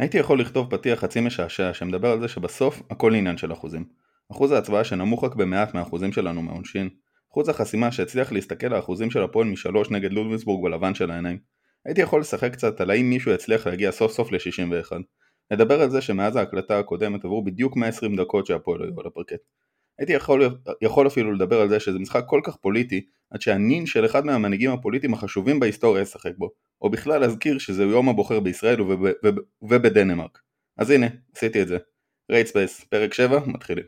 הייתי יכול לכתוב פתיח חצי משעשע שמדבר על זה שבסוף הכל עניין של אחוזים. אחוז ההצבעה שנמוך רק במעט מהאחוזים שלנו מעונשין, אחוז החסימה שהצליח להסתכל על האחוזים של הפועל מ3 נגד לודוויגסבורג בלבן של העיניים. הייתי יכול לשחק קצת על האם מישהו יצליח להגיע סוף סוף ל-61. נדבר על זה שמאז ההקלטה הקודמת עברו בדיוק 120 דקות שהפועל היו על הפרקט. הייתי יכול אפילו לדבר על זה שזה משחק כל כך פוליטי, עד שהנין של אחד מהמנהיגים הפוליטיים החשובים בהיסטוריה ישחק בו, או בכלל להזכיר שזהו יום הבוחר בישראל ובדנמרק. אז הנה, עשיתי את זה. רייט ספייס, פרק 7, מתחילים.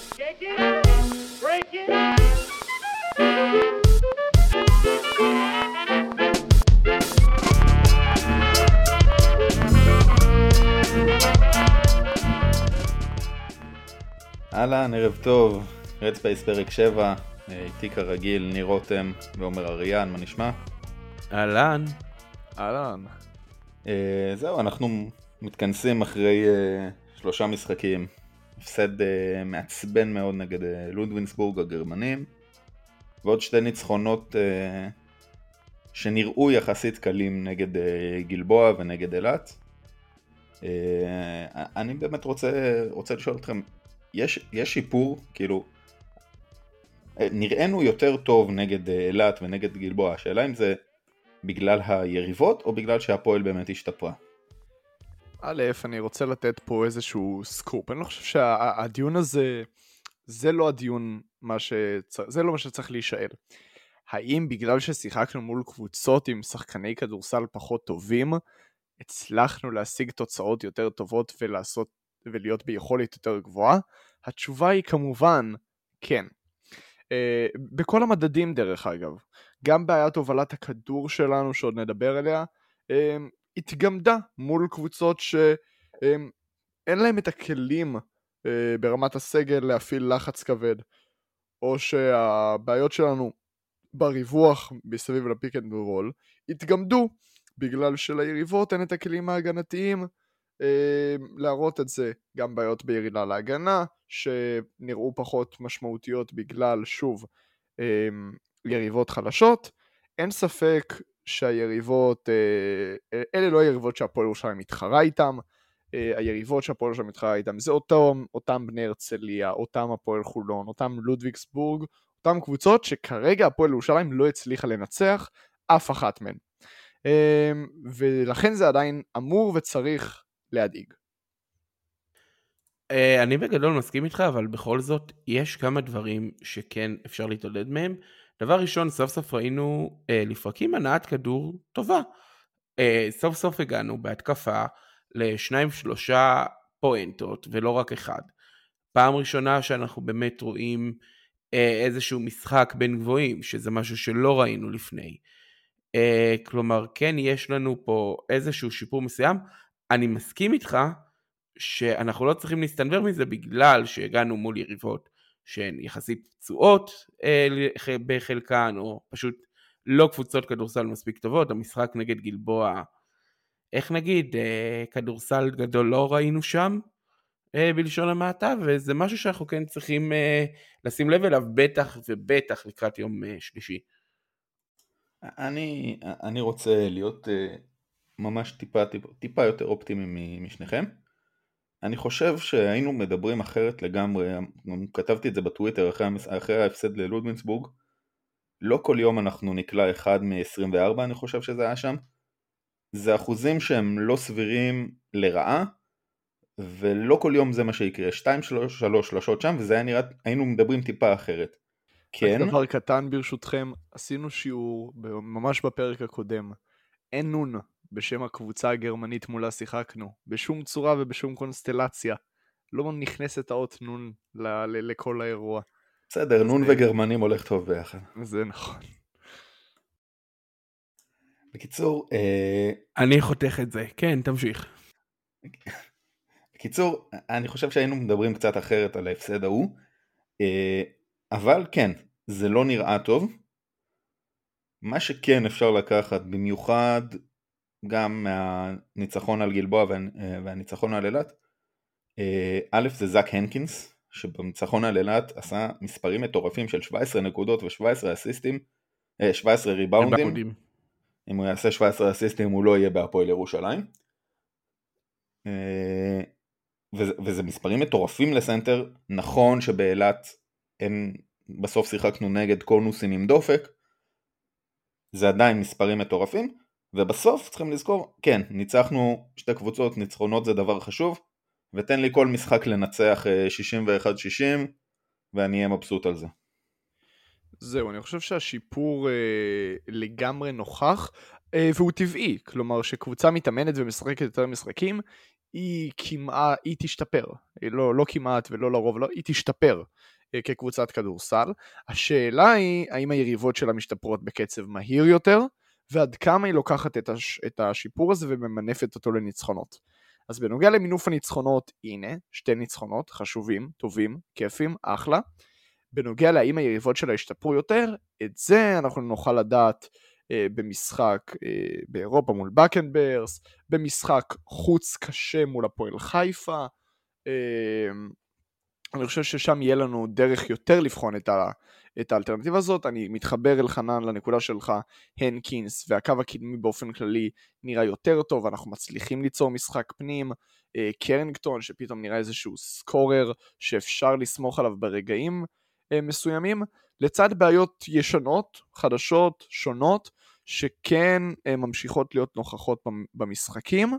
אהלן, ערב טוב, רייט ספייס פרק 7, איתי כרגיל ניר רותם ועומר אריאן, מה נשמע? אהלן. אהלן. זהו, אנחנו מתכנסים אחרי 3 משחקים, הפסד מעצבן מאוד נגד לודוויגסבורג הגרמנים, ועוד 2 ניצחונות שנראו יחסית קלים נגד גלבוע ונגד אילת. אני באמת רוצה לשאול אתכם, יש שיפור, כאילו, נראינו יותר טוב נגד אילת ונגד גלבוע, השאלה אם זה בגלל היריבות או בגלל שהפועל באמת השתפרה? א', אני רוצה לתת פה איזשהו סקופ. אני לא חושב שהדיון הזה, זה לא הדיון, זה לא מה שצריך להישאל. האם בגלל ששיחקנו מול קבוצות עם שחקני כדורסל פחות טובים, הצלחנו להשיג תוצאות יותר טובות ולהיות ביכולת יותר גבוהה? התשובה היא כמובן כן. בכל המדדים דרך אגב. גם בעיית הובלת הכדור שלנו שעוד נדבר עליה, התגמדה מול קבוצות שאין להם את הכלים ברמת הסגל להפעיל לחץ כבד, או שהבעיות שלנו בריווח בסביב לפיק אנד רול התגמדו בגלל שליריבות אין את הכלים ההגנתיים להראות את זה. גם בעיות בירידה להגנה שנראו פחות משמעותיות בגלל שוב יריבות חלשות. אין ספק שהיריבות, אלה לא היריבות שהפועל ירושלים מתחרה איתם, היריבות שהפועל ירושלים מתחרה איתם זה אותם בני הרצליה, אותם הפועל חולון, אותם לודוויגסבורג, אותם קבוצות שכרגע הפועל ירושלים לא הצליחה לנצח אף אחת מהן, ולכן זה עדיין אמור וצריך להדאיג. אני בגדול מסכים איתך, אבל בכל זאת יש כמה דברים שכן אפשר להתעודד מהם. דבר ראשון, סוף סוף ראינו לפרקים הנעת כדור טובה. סוף סוף הגענו בהתקפה ל2-3 פואנטות ולא רק אחד. פעם ראשונה שאנחנו באמת רואים איזשהו משחק בין גבוהים, שזה משהו שלא ראינו לפני. כלומר, כן יש לנו פה איזשהו שיפור מסוים. אני מסכים איתך שאנחנו לא צריכים להסתנבר מזה בגלל שהגענו מול יריבות שהן יחסית פצועות בחלקן, או פשוט לא קבוצות כדורסל מספיק טובות. המשחק נגד גלבוע, איך נגיד, כדורסל גדול לא ראינו שם בלשון המעטה, וזה משהו שאנחנו כן צריכים לשים לב אליו, בטח ובטח לקראת יום שלישי. אני רוצה להיות ממש טיפה יותר אופטימי משניכם. אני חושב שהיינו מדברים אחרת לגמרי, כתבתי את זה בטוויטר אחרי ההפסד ללודוויגסבורג, לא כל יום אנחנו נקלע 1 מ-24, אני חושב שזה היה שם. זה אחוזים שהם לא סבירים לרעה, ולא כל יום זה מה שיקרה. 2-3 שלשות שם, וזה היה נראה, היינו מדברים טיפה אחרת. כן. רק דבר קטן ברשותכם, עשינו שיעור ממש בפרק הקודם. אין נון בשם הקבוצה הגרמנית מולה שיחקנו, בשום צורה ובשום קונסטלציה. לא נכנסת האות נון לכל האירוע. בסדר, נון וגרמנים הולך טוב ביחד. זה נכון. בקיצור, אני חותך את זה, כן, תמשיך. בקיצור, אני חושב שהיינו מדברים קצת אחרת על ההפסד ההוא, אבל כן, זה לא נראה טוב. מה שכן אפשר לקחת, במיוחד גם מהניצחון על גלבוע והניצחון על אילת, א' זה זק הנקינס, שבניצחון על אילת עשה מספרים מטורפים של 17 נקודות ו17 אסיסטים, 17 ריבאונדים. 17 ריבאונדים. אם הוא יעשה 17 אסיסטים הוא לא יהיה בהפועל ירושלים. אם הוא יעשה 17 אסיסטים הוא לא יהיה בהפועל ירושלים. אם הוא יעשה 17 אסיסטים הוא לא יהיה בהפועל ירושלים. אם הוא יעשה 17 אסיסטים הוא לא יהיה בהפועל ירושלים. אם הוא יעשה 17 אסיסטים הוא לא יהיה בהפועל ירושלים. וזה מספרים מטורפים לסנטר. נכון שבאילת בסוף שיחקנו נגד קונוסים עם דופק, זה עדיין מספרים מטורפים, ובסוף צריכים לזכור, כן, ניצחנו שתי קבוצות, ניצחונות זה דבר חשוב, ותן לי כל משחק לנצח 61-60, ואני אהיה מבסוט על זה. זהו, אני חושב שהשיפור לגמרי נוכח, והוא טבעי, כלומר שקבוצה מתאמנת ומשחקת יותר משחקים, היא תשתפר, לא כמעט ולא לרוב, לא, היא תשתפר כקבוצת כדורסל. השאלה היא, האם היריבות שלה משתפרות בקצב מהיר יותר, ועד כמה היא לוקחת את השיפור הזה וממנפת אותו לניצחונות. אז בנוגע למינוף הניצחונות, הנה, שתי ניצחונות, חשובים, טובים, כיפים, אחלה. בנוגע להאם היריבות שלה השתפרו יותר, את זה אנחנו נוכל לדעת במשחק באירופה מול בקנברס, במשחק חוץ קשה מול הפועל חיפה. אני חושב ששם יהיה לנו דרך יותר לבחון את האלטרנטיבה הזאת. אני מתחבר אל חנן לנקודה שלך, הנקינס והקו הקדמי באופן כללי נראה יותר טוב, אנחנו מצליחים ליצור משחק פנים, קרינגטון שפתאום נראה איזשהו סקורר שאפשר לסמוך עליו ברגעים מסוימים, לצד בעיות ישנות, חדשות, שונות, שכן ממשיכות להיות נוכחות במשחקים,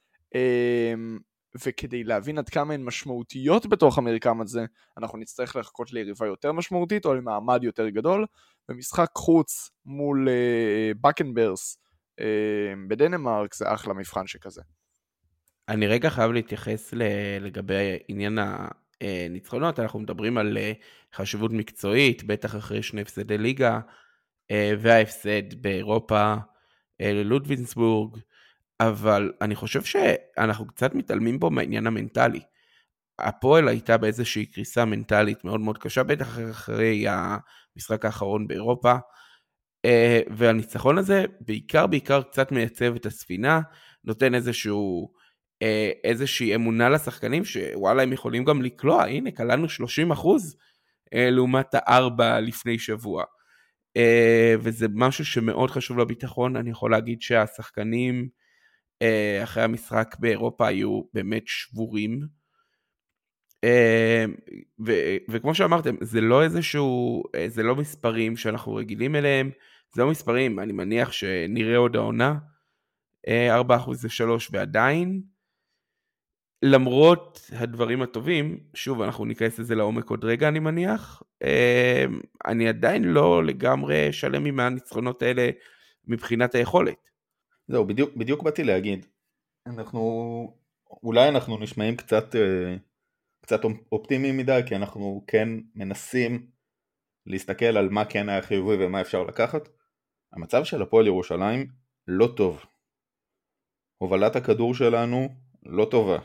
וכדי להבין עד כמה הן משמעותיות בתוך המרקם הזה, אנחנו נצטרך לחכות ליריבה יותר משמעותית, או למעמד יותר גדול. במשחק חוץ מול בקנברס בדנמרק, זה אחלה מבחן שכזה. אני רגע חייב להתייחס לגבי עניין הניצחונות. אנחנו מדברים על חשיבות מקצועית, בטח אחרי שני הפסדי ליגה, וההפסד באירופה ללודווינסבורג, אבל אני חושב שאנחנו קצת מתעלמים פה מהעניין המנטלי. הפועל הייתה באיזושהי קריסה מנטלית מאוד מאוד קשה, בטח אחרי המשחק האחרון באירופה, והניצחון הזה בעיקר קצת מייצב את הספינה, נותן איזושהי אמונה לשחקנים שוואלה הם יכולים גם לקלוע. הנה קלענו 30% לעומת 4 לפני שבוע, וזה משהו שמאוד חשוב לביטחון. אני יכול להגיד שהשחקנים אחרי המשחק באירופה היו באמת שבורים, וכמו שאמרתם, זה לא מספרים שאנחנו רגילים אליהם, זה לא מספרים, אני מניח שנראה עוד העונה, 4% ל-3, ועדיין, למרות הדברים הטובים, שוב אנחנו ניכנס לזה לעומק עוד רגע אני מניח, אני עדיין לא לגמרי שלם עם הניצחונות האלה מבחינת היכולת. זהו, בדיוק באתי להגיד, אולי אנחנו נשמעים קצת אופטימיים מדי, כי אנחנו כן מנסים להסתכל על מה כן היה חיובי ומה אפשר לקחת. המצב של הפועל ירושלים לא טוב, הובלת הכדור שלנו לא טובה,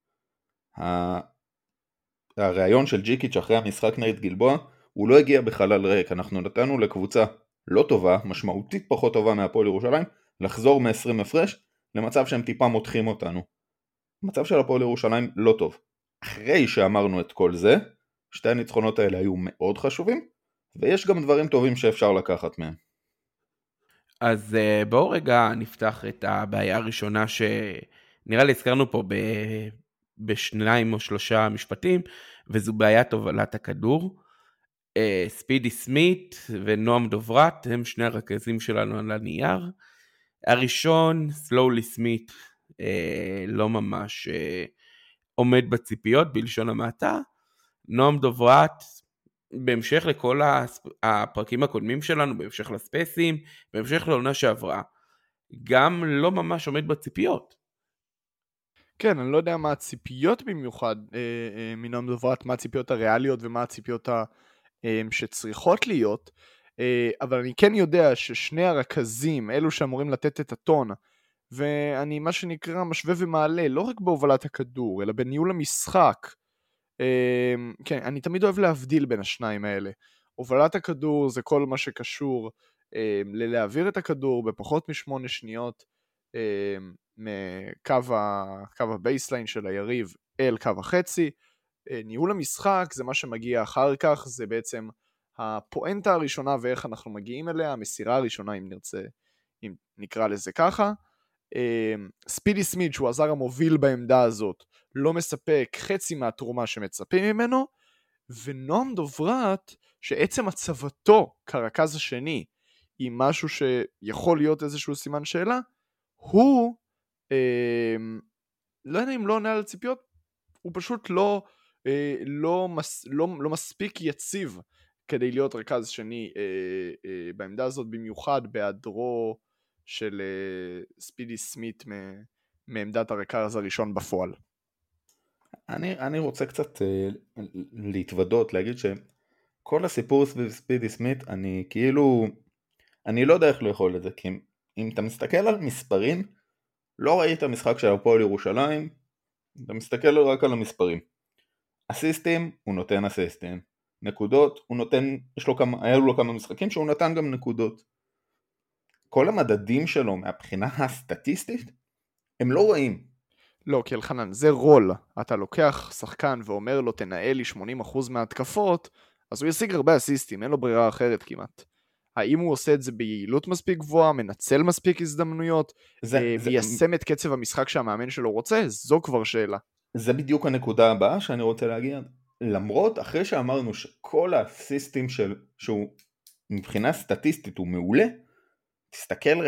הרעיון של ג'יקיץ' אחרי המשחק נגד גלבוע הוא לא הגיע בחלל ריק. אנחנו נתנו לקבוצה לא טובה, משמעותית פחות טובה מהפועל ירושלים, לחזור מ-20 הפרש למצב שהם טיפה מותחים אותנו. המצב של הפועל ירושלים לא טוב. אחרי שאמרנו את כל זה, שתי הניצחונות האלה היו מאוד חשובים, ויש גם דברים טובים שאפשר לקחת מהם. אז בואו רגע נפתח את הבעיה הראשונה שנראה לי הזכרנו פה בשניים או שלושה משפטים, וזו בעיית הובלת הכדור. ספידי סמית ונועם דוברת הם שני הרכזים שלנו על הנייר. הראשון, סלולי סמית, לא ממש עומד בציפיות בלשון המעטה. נועם דוברת, בהמשך לכל הפרקים הקודמים שלנו, בהמשך לספייסים, בהמשך לעונה שעברה, גם לא ממש עומד בציפיות. כן, אני לא יודע מה הציפיות במיוחד מנועם דוברת, מה הציפיות הריאליות ומה הציפיות שצריכות להיות, אבל אני כן יודע ששני הרכזים, אלו שאמורים לתת את הטון, ואני מה שנקרא משווה ומעלה, לא רק בהובלת הכדור, אלא בניהול המשחק. כן, אני תמיד אוהב להבדיל בין השניים האלה. הובלת הכדור זה כל מה שקשור ללהעביר את הכדור בפחות מ8 שניות, מקו הבייסליין של היריב אל קו החצי. ניהול המשחק זה מה שמגיע אחר כך, זה בעצם הפואנטה הראשונה ואיך אנחנו מגיעים אליה, המסירה הראשונה אם נרצה, אם נקרא לזה ככה. ספידי סמית, שהוא הזר המוביל בעמדה הזאת, לא מספק חצי מהתרומה שמצפים ממנו, ונועם דוברת, שעצם הצבתו כרכז השני, היא משהו שיכול להיות איזשהו סימן שאלה, הוא, לא יודע אם לא עונה על הציפיות, הוא פשוט לא מספיק יציב, כדי להיות רכז שני בעמדה הזאת, במיוחד בהיעדרו של ספידי סמית מעמדת הרכז הראשון בפועל. אני רוצה קצת להתוודות, להגיד שכל הסיפור סביב ספידי סמית, אני לא יודע איך לאכול את זה, כי אם אתה מסתכל על מספרים, לא ראית משחק של הפועל ירושלים, אתה מסתכל רק על המספרים. אסיסטים, הוא נותן אסיסטים. נקודות, הוא נותן, היה לו כמה משחקים שהוא נתן גם נקודות. כל המדדים שלו מהבחינה הסטטיסטית, הם לא רואים. לא, כי אלחנן, זה רול. אתה לוקח שחקן ואומר לו, תנהל לי 80% מההתקפות, אז הוא ישיג הרבה אסיסטים, אין לו ברירה אחרת כמעט. האם הוא עושה את זה ביעילות מספיק גבוהה, מנצל מספיק הזדמנויות, ויישם את קצב המשחק שהמאמן שלו רוצה? זו כבר שאלה. זה בדיוק הנקודה הבאה שאני רוצה להגיע. למרות, אחרי שאמרנו שכל הסיסטים שהוא מבחינה סטטיסטית הוא מעולה, תסתכל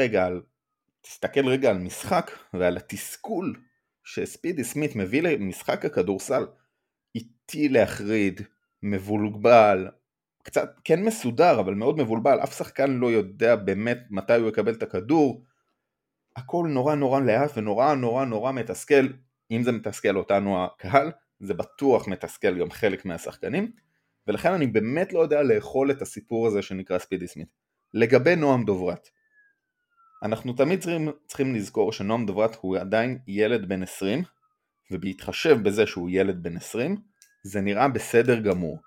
רגע על משחק ועל התסכול שספידי סמית מביא למשחק הכדורסל. איטי להחריד, מבולבל, קצת כן מסודר אבל מאוד מבולבל, אף שחקן לא יודע באמת מתי הוא יקבל את הכדור, הכל נורא נורא לאט ונורא נורא נורא מתסכל. אם זה מתסכל אותנו הקהל, זה בטוח מתסכל גם חלק מהשחקנים, ולכן אני באמת לא יודע לאכול את הסיפור הזה שנקרא ספידי סמית. לגבי נועם דוברת, אנחנו תמיד צריכים לזכור שנועם דוברת הוא עדיין ילד בן 20, ובהתחשב בזה שהוא ילד בן 20, זה נראה בסדר גמור.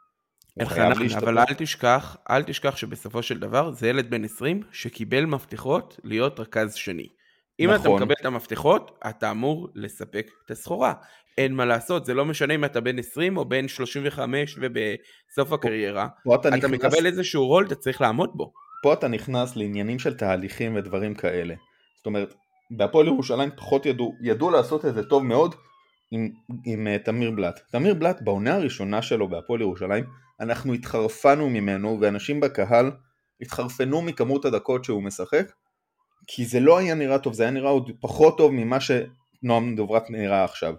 אבל אל תשכח שבסופו של דבר זה ילד בן 20 שקיבל מפתחות להיות רכז שני. אם אתה מקבל את המפתחות, אתה אמור לספק את הסחורה. אין מה לעשות, זה לא משנה אם אתה בן 20 או בן 35 ובסוף הקריירה. אתה מקבל איזשהו רול, אתה צריך לעמוד בו. פה אתה נכנס לעניינים של תהליכים ודברים כאלה. זאת אומרת, בהפועל ירושלים פחות ידעו לעשות את זה טוב מאוד עם תמיר בלט. תמיר בלט בעונה הראשונה שלו בהפועל ירושלים, אנחנו התחרפנו ממנו, ואנשים בקהל התחרפנו מכמות הדקות שהוא משחק, כי זה לא היה נראה טוב, זה היה נראה עוד פחות טוב ממה שנועם דוברת נראה עכשיו.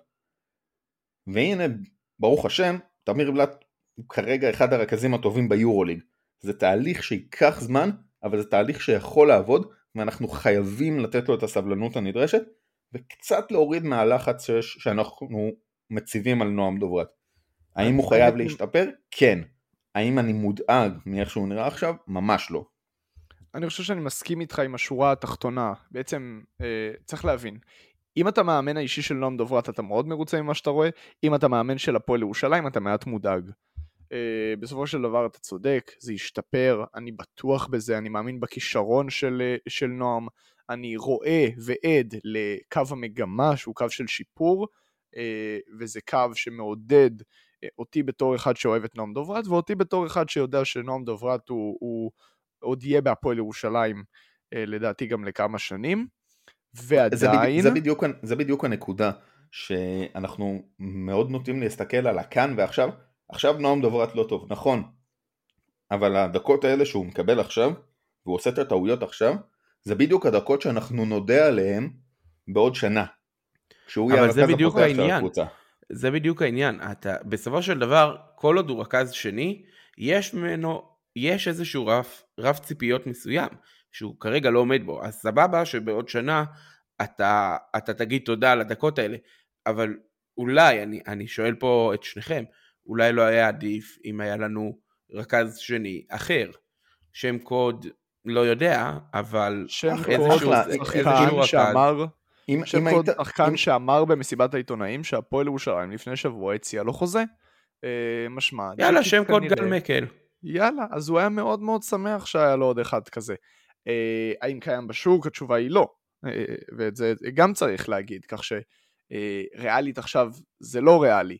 והנה, ברוך השם, תמיר בלט הוא כרגע אחד הרכזים הטובים ביורוליג. זה תהליך שיקח זמן, אבל זה תהליך שיכול לעבוד, ואנחנו חייבים לתת לו את הסבלנות הנדרשת, וקצת להוריד מהלחץ שאנחנו מציבים על נועם דוברת. האם הוא חייב להשתפר? כן. האם אני מודאג מאיך שהוא נראה עכשיו? ממש לא. אני חושב שאני מסכים איתך עם השורה התחתונה. בעצם צריך להבין, אם אתה מאמן האישי של נועם דוברת, אתה מאוד מרוצה ממה שאתה רואה. אם אתה מאמן של הפועל ירושלים, אתה מעט מודאג. בסופו של דבר אתה צודק, זה ישתפר, אני בטוח בזה, אני מאמין בכישרון של נועם, אני רואה ועד לקו המגמה שהוא קו של שיפור, וזה קו שמעודד אותי בתור אחד שאוהב את נועם דוברת, ואותי בתור אחד שיודע שנועם דוברת הוא עוד יהיה בהפועל ירושלים, לדעתי גם לכמה שנים, ועדיין... זה בדיוק הנקודה, שאנחנו מאוד נוטים להסתכל על הכאן ועכשיו, עכשיו נועם דוברת לא טוב, נכון, אבל הדקות האלה שהוא מקבל עכשיו, והוא עושה את הטעויות עכשיו, זה בדיוק הדקות שאנחנו נודע עליהן בעוד שנה. אבל זה בדיוק העניין. זה בדיוק העניין. בסופו של דבר, כל עוד הוא רכז שני, יש איזשהו רף ציפיות מסוים, שהוא כרגע לא עומד בו. אז סבבה שבעוד שנה אתה תגיד תודה על הדקות האלה, אבל אולי, אני שואל פה את שניכם, אולי לא היה עדיף אם היה לנו רכז שני אחר, שם קוד לא יודע, אבל איזשהו שחקן שאמר במסיבת העיתונאים שהפועל ירושלים לפני שבוע הציע לו חוזה, משמע. יאללה, שם קוד גל מקל. יאללה, אז הוא היה מאוד מאוד שמח שהיה לו עוד אחד כזה. האם קיים בשוק? התשובה היא לא. ואת זה גם צריך להגיד, כך שריאלית עכשיו זה לא ריאלי.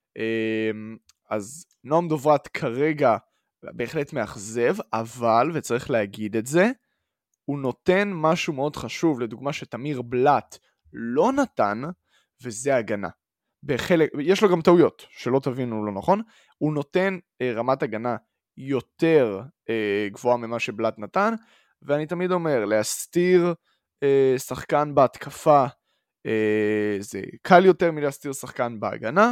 אז נועם דוברת כרגע בהחלט מאכזב, אבל, וצריך להגיד את זה, הוא נותן משהו מאוד חשוב, לדוגמה שתמיר בלט לא נתן, וזה הגנה. יש לו גם טעויות, שלא תבינו לא נכון, הוא נותן רמת הגנה יותר גבוהה ממה שבלט נתן, ואני תמיד אומר, להסתיר שחקן בהתקפה, זה קל יותר מלהסתיר שחקן בהגנה,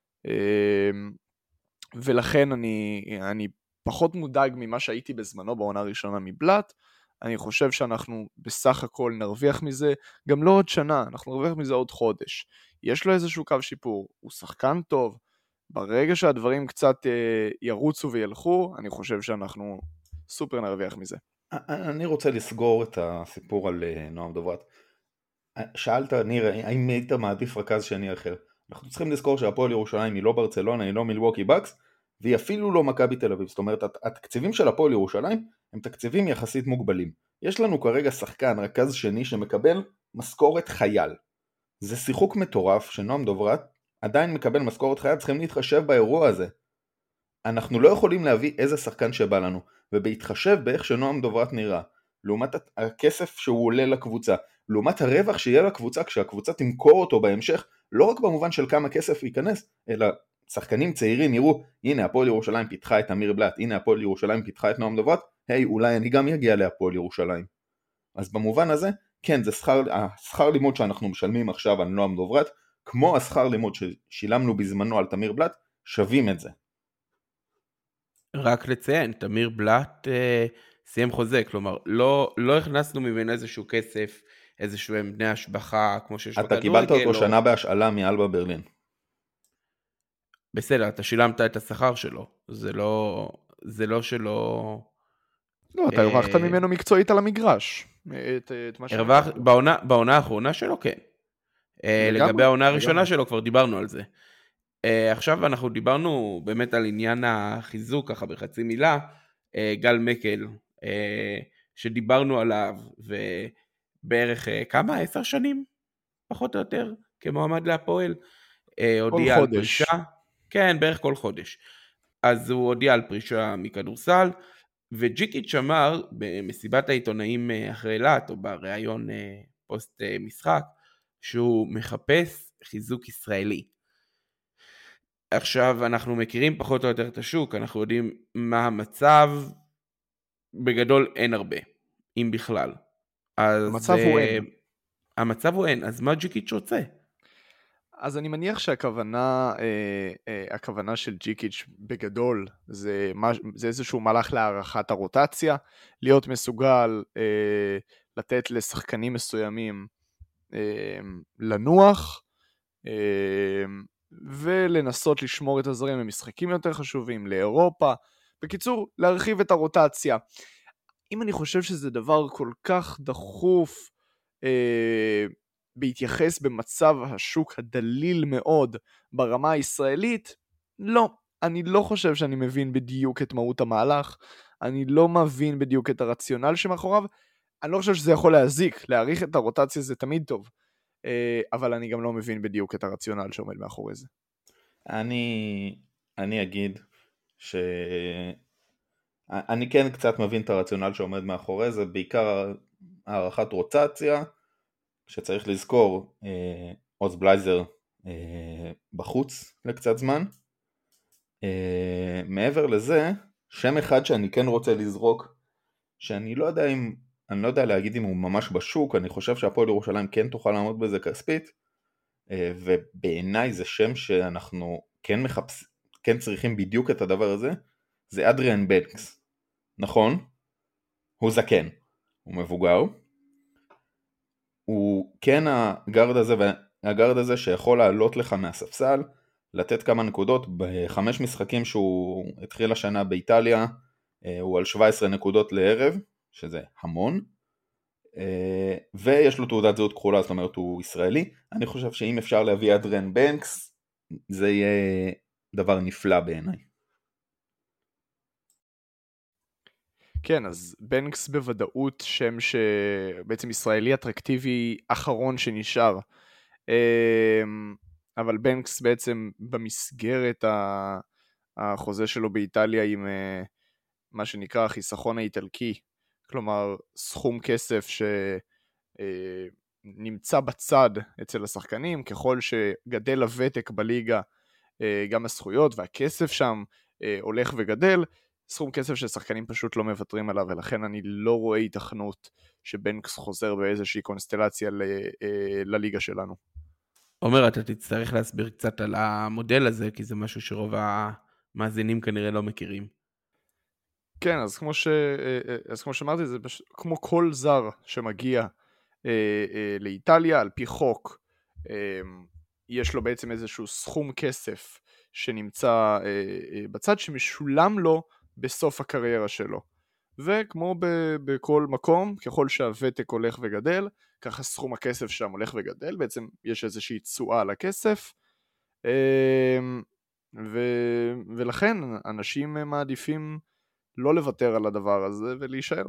ולכן אני פחות מודאג ממה שהייתי בזמנו בעונה הראשונה מבלט. אני חושב שאנחנו בסך הכל נרוויח מזה, גם לא עוד שנה, אנחנו נרוויח מזה עוד חודש. יש לו איזשהו קו שיפור, הוא שחקן טוב, ברגע שהדברים קצת ירוצו וילכו, אני חושב שאנחנו סופר נרוויח מזה. אני רוצה לסגור את הסיפור על נועם דוברת. שאלת, ניר, האם היית מעדיף רכז שני אחר? אנחנו צריכים לזכור שהפועל ירושלים היא לא ברצלונה, היא לא מילווקי בקס, והיא אפילו לא מכבי תל אביב. זאת אומרת, התקציבים של הפועל ירושלים הם תקציבים יחסית מוגבלים. יש לנו כרגע שחקן, רכז שני, שמקבל משכורת חייל. זה שיחוק מטורף שנועם דוברת עדיין מקבל משכורת חייל, צריכים להתחשב באירוע הזה. אנחנו לא יכולים להביא איזה שחקן שבא לנו, ובהתחשב באיך שנועם דוברת נראה, לעומת הכסף שהוא עולה לקבוצה, לעומת הרווח שיהיה לקבוצה כשהקבוצה תמכור אותו בהמשך, לא רק במובן של כמה כסף ייכנס, אלא שחקנים צעירים יראו, הנה הפועל ירושלים פיתחה את אמיר בלט, הנה הפועל ירושלים פיתחה את נועם דוברת, היי, אולי אני גם יגיע להפועל ירושלים. אז במובן הזה, כן, זה שכר לימוד שאנחנו משלמים עכשיו על נועם דוברת, כמו השכר לימוד ששילמנו בזמנו על תמיר בלט, שווים את זה. רק לציין, תמיר בלט סיים חוזה, כלומר, לא הכנסנו ממנו איזשהו כסף, איזשהו בני השבחה, כמו שיש בכדורגל. אתה קיבלת אותו שנה בהשאלה מאלבה ברלין. בסדר, אתה שילמת את השכר שלו, זה לא שלא... לא, אתה הרווחת ממנו מקצועית על המגרש. בעונה האחרונה שלו, כן. לגבי העונה הראשונה שלו, כבר דיברנו על זה. עכשיו אנחנו דיברנו באמת על עניין החיזוק, ככה בחצי מילה, גל מקל, שדיברנו עליו, ובערך כמה? 10 שנים? פחות או יותר, כמועמד להפועל. הודיע על פרישה. כן, בערך כל חודש. אז הוא הודיע על פרישה מכדורסל, וג'יקיץ' אמר במסיבת העיתונאים אחרי אילת, או בראיון פוסט משחק, שהוא מחפש חיזוק ישראלי. עכשיו אנחנו מכירים פחות או יותר את השוק, אנחנו יודעים מה המצב, בגדול אין הרבה, אם בכלל. המצב הוא אין. המצב הוא אין, אז מה ג'יקיץ' רוצה? אז אני מניח שהכוונה של ג'יקיץ' בגדול, זה איזשהו מהלך להערכת הרוטציה, להיות מסוגל לתת לשחקנים מסוימים לנוח, ולנסות לשמור את הזרים למשחקים יותר חשובים, לאירופה, בקיצור, להרחיב את הרוטציה. אם אני חושב שזה דבר כל כך דחוף, בהתייחס במצב השוק הדליל מאוד ברמה הישראלית, לא. אני לא חושב שאני מבין בדיוק את מהות המהלך, אני לא מבין בדיוק את הרציונל שמאחוריו, אני לא חושב שזה יכול להזיק, להאריך את הרוטציה זה תמיד טוב, אבל אני גם לא מבין בדיוק את הרציונל שעומד מאחורי זה. אני אגיד אני כן קצת מבין את הרציונל שעומד מאחורי זה, בעיקר הערכת רוטציה, שצריך לזכור, עוז בלייזר בחוץ לקצת זמן. מעבר לזה, שם אחד שאני כן רוצה לזרוק, שאני לא יודע להגיד אם הוא ממש בשוק, אני חושב שהפועל ירושלים כן תוכל לעמוד בזה כספית, ובעיניי זה שם שאנחנו כן צריכים בדיוק את הדבר הזה, זה אדריאן בנקס. נכון? הוא זקן, הוא מבוגר, הוא כן הגארד הזה שיכול לעלות לך מהספסל, לתת כמה נקודות. ב5 משחקים שהוא התחיל השנה באיטליה, הוא על 17 נקודות לערב, שזה המון, ויש לו תעודת זהות כחולה, זאת אומרת הוא ישראלי. אני חושב שאם אפשר להביא אדריאן בנקס, זה יהיה דבר נפלא בעיניי. כן, אז בנקס בוודאות שם שבעצם ישראלי אטרקטיבי אחרון שנשאר. אבל בנקס בעצם במסגרת החוזה שלו באיטליה עם מה שנקרא החיסכון האיטלקי, כלומר סכום כסף שנמצא בצד אצל השחקנים, ככל שגדל הוותק בליגה, גם הזכויות והכסף שם הולך וגדל, סכום כסף ששחקנים פשוט לא מוותרים עליו, ולכן אני לא רואה התכנות שבנקס חוזר באיזושהי קונסטלציה לליגה שלנו. עומר, אתה תצטרך להסביר קצת על המודל הזה, כי זה משהו שרוב המאזינים כנראה לא מכירים. כן, אז כמו שאמרתי, זה כמו כל זר שמגיע לאיטליה, על פי חוק, יש לו בעצם איזשהו סכום כסף שנמצא בצד שמשולם לו בסוף הקריירה שלו. וכמו בכל מקום, ככל שהוותק הולך וגדל, ככה סכום הכסף שם הולך וגדל, בעצם יש איזושהי תשואה על הכסף, ולכן אנשים מעדיפים לא לוותר על הדבר הזה ולהישאר.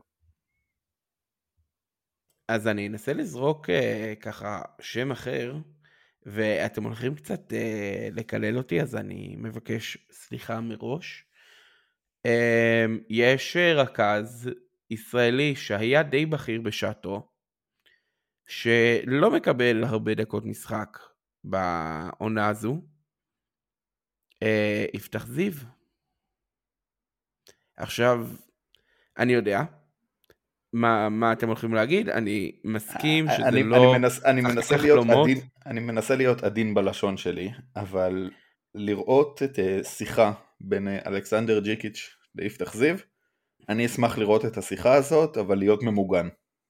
אז אני אנסה לזרוק ככה שם אחר, ואתם הולכים קצת לקלל אותי, אז אני מבקש סליחה מראש. יש רכז ישראלי שהיה די בכיר בשעתו, שלא מקבל הרבה דקות משחק בעונה הזו, יפתח זיו. עכשיו, אני יודע מה אתם הולכים להגיד, אני מסכים שזה לא אני מנסה להיות עדין בלשון שלי, אבל לראות את שיחה בין אלכסנדר ג'יקיץ' ליפתח זיו, אני אשמח לראות את השיחה הזאת, אבל להיות ממוגן.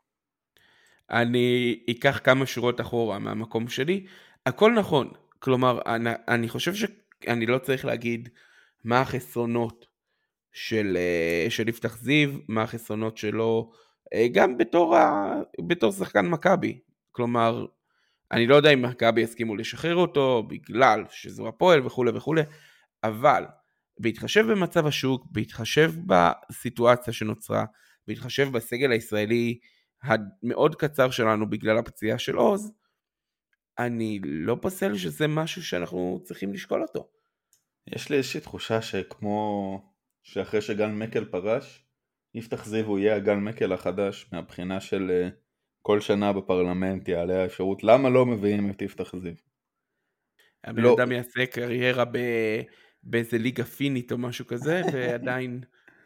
אני אקח כמה שורות אחורה מהמקום שלי, הכל נכון, כלומר, אני חושב שאני לא צריך להגיד מה החסרונות של יפתח זיו, מה החסרונות שלו, גם בתור שחקן מכבי, כלומר, אני לא יודע אם מכבי יסכימו לשחרר אותו, בגלל שזו הפועל וכו' וכו', אבל בהתחשב במצב השוק, בהתחשב בסיטואציה שנוצרה, בהתחשב בסגל הישראלי המאוד קצר שלנו בגלל הפציעה של עוז, אני לא פוסל שזה משהו שאנחנו צריכים לשקול אותו. יש לי איזושהי תחושה שכמו שאחרי שגל מקל פרש, יפתח זיו הוא יהיה הגל מקל החדש, מהבחינה של כל שנה בפרלמנט יעלה האפשרות, למה לא מביאים את יפתח זיו? הבן אדם יעשה קריירה באיזה ליגה פינית או משהו כזה, ועדיין...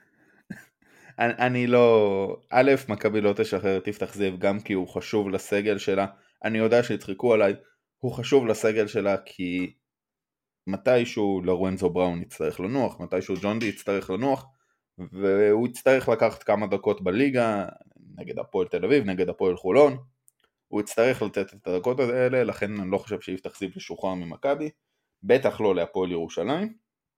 אני לא... א', מכבי לא תשחרר את יפתח זיו, גם כי הוא חשוב לסגל שלה, אני יודע שיצחקו עליי, הוא חשוב לסגל שלה כי מתישהו לורנזו בראון יצטרך לנוח, מתישהו ג'ון די יצטרך לנוח, והוא יצטרך לקחת כמה דקות בליגה, נגד הפועל תל אביב, נגד הפועל חולון, הוא יצטרך לתת את הדקות האלה, לכן אני לא חושב שיפתח זיו לשוחרר ממכבי, בטח לא להפועל ירושלים,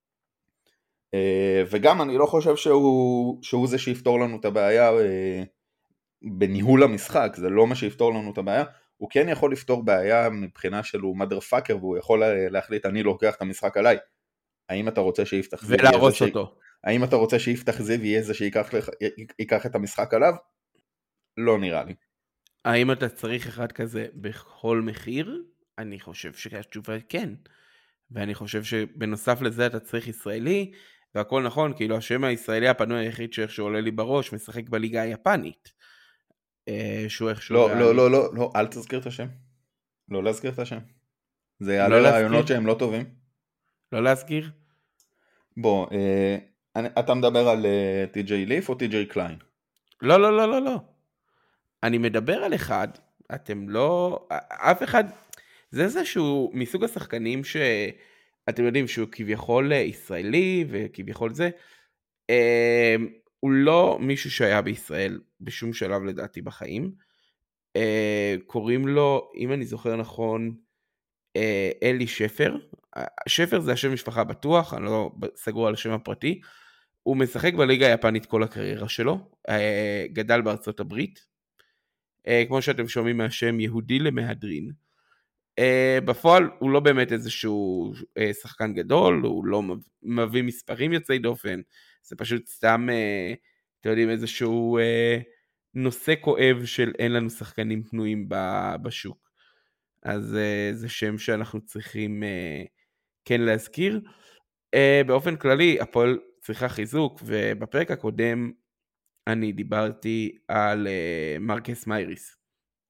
וגם אני לא חושב שהוא זה שיפתור לנו את הבעיה בניהול המשחק, זה לא מה שיפתור לנו את הבעיה, הוא כן יכול לפתור בעיה מבחינה שלו mother fucker, והוא יכול להחליט אני לוקח את המשחק עליי. האם אתה רוצה שיפתח זיו ולהרוס אותו? האם אתה רוצה שיפתח זיו יהיה זה שיקח את המשחק עליו? לא נראה לי. האם אתה צריך אחד כזה בכל מחיר? אני חושב שהתשובה כן. ואני חושב שבנוסף לזה אתה צריך ישראלי, והכל נכון, כאילו השם הישראלי הפנוי היחיד שאיכשהו עולה לי בראש, משחק בליגה היפנית. שהוא איכשהו... לא, אל תזכיר את השם. לא להזכיר את השם. זה יעלה רעיונות שהם לא טובים. לא להזכיר? בוא, אתה מדבר על טי.ג'יי ליף או טי.ג'יי קליין? לא. אני מדבר על אחד, אתם לא... אף אחד... זה איזשהו מסוג השחקנים שאתם יודעים שהוא כביכול ישראלי וכביכול זה, הוא לא מישהו שהיה בישראל בשום שלב לדעתי בחיים, קוראים לו, אם אני זוכר נכון, אלי שפר. שפר זה השם משפחה בטוח, אני לא סגור על השם הפרטי. הוא משחק בליגה היפנית כל הקריירה שלו, גדל בארצות הברית, כמו שאתם שומעים מהשם יהודי למהדרין. בפועל הוא לא באמת איזשהו שחקן גדול, הוא לא מביא מספרים יוצאי דופן, זה פשוט סתם, אתם יודעים, איזשהו נושא כואב של אין לנו שחקנים פנויים בשוק. אז זה שם שאנחנו צריכים כן להזכיר. באופן כללי, הפועל צריכה חיזוק, ובפרק הקודם אני דיברתי על מרקס מייריס,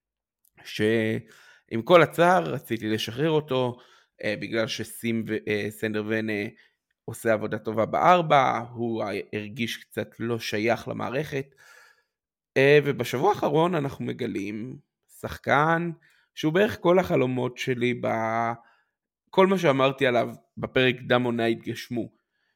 שעם כל הצער רציתי לשחרר אותו, בגלל שסים סנדר ונה עושה עבודה טובה בארבע, הוא הרגיש קצת לא שייך למערכת, ובשבוע האחרון אנחנו מגלים שחקן שהוא בערך כל החלומות שלי, כל מה שאמרתי עליו בפרק דם עונה התגשמו.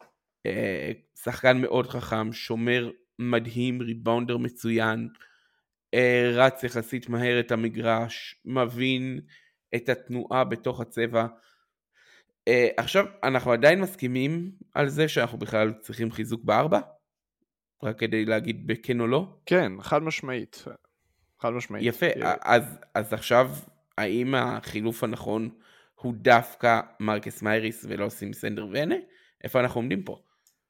שחקן מאוד חכם, שומר מדהים, ריבאונדר מצוין, רץ יחסית מהר את המגרש, מבין את התנועה בתוך הצבע. עכשיו אנחנו עדיין מסכימים על זה שאנחנו בכלל צריכים חיזוק בארבע? רק כדי להגיד בכן או לא? כן, חד משמעית. חד משמעית. יפה, אז עכשיו האם החילוף הנכון הוא דווקא מרקס מייריס ולא סים סנדר ונה? איפה אנחנו עומדים פה?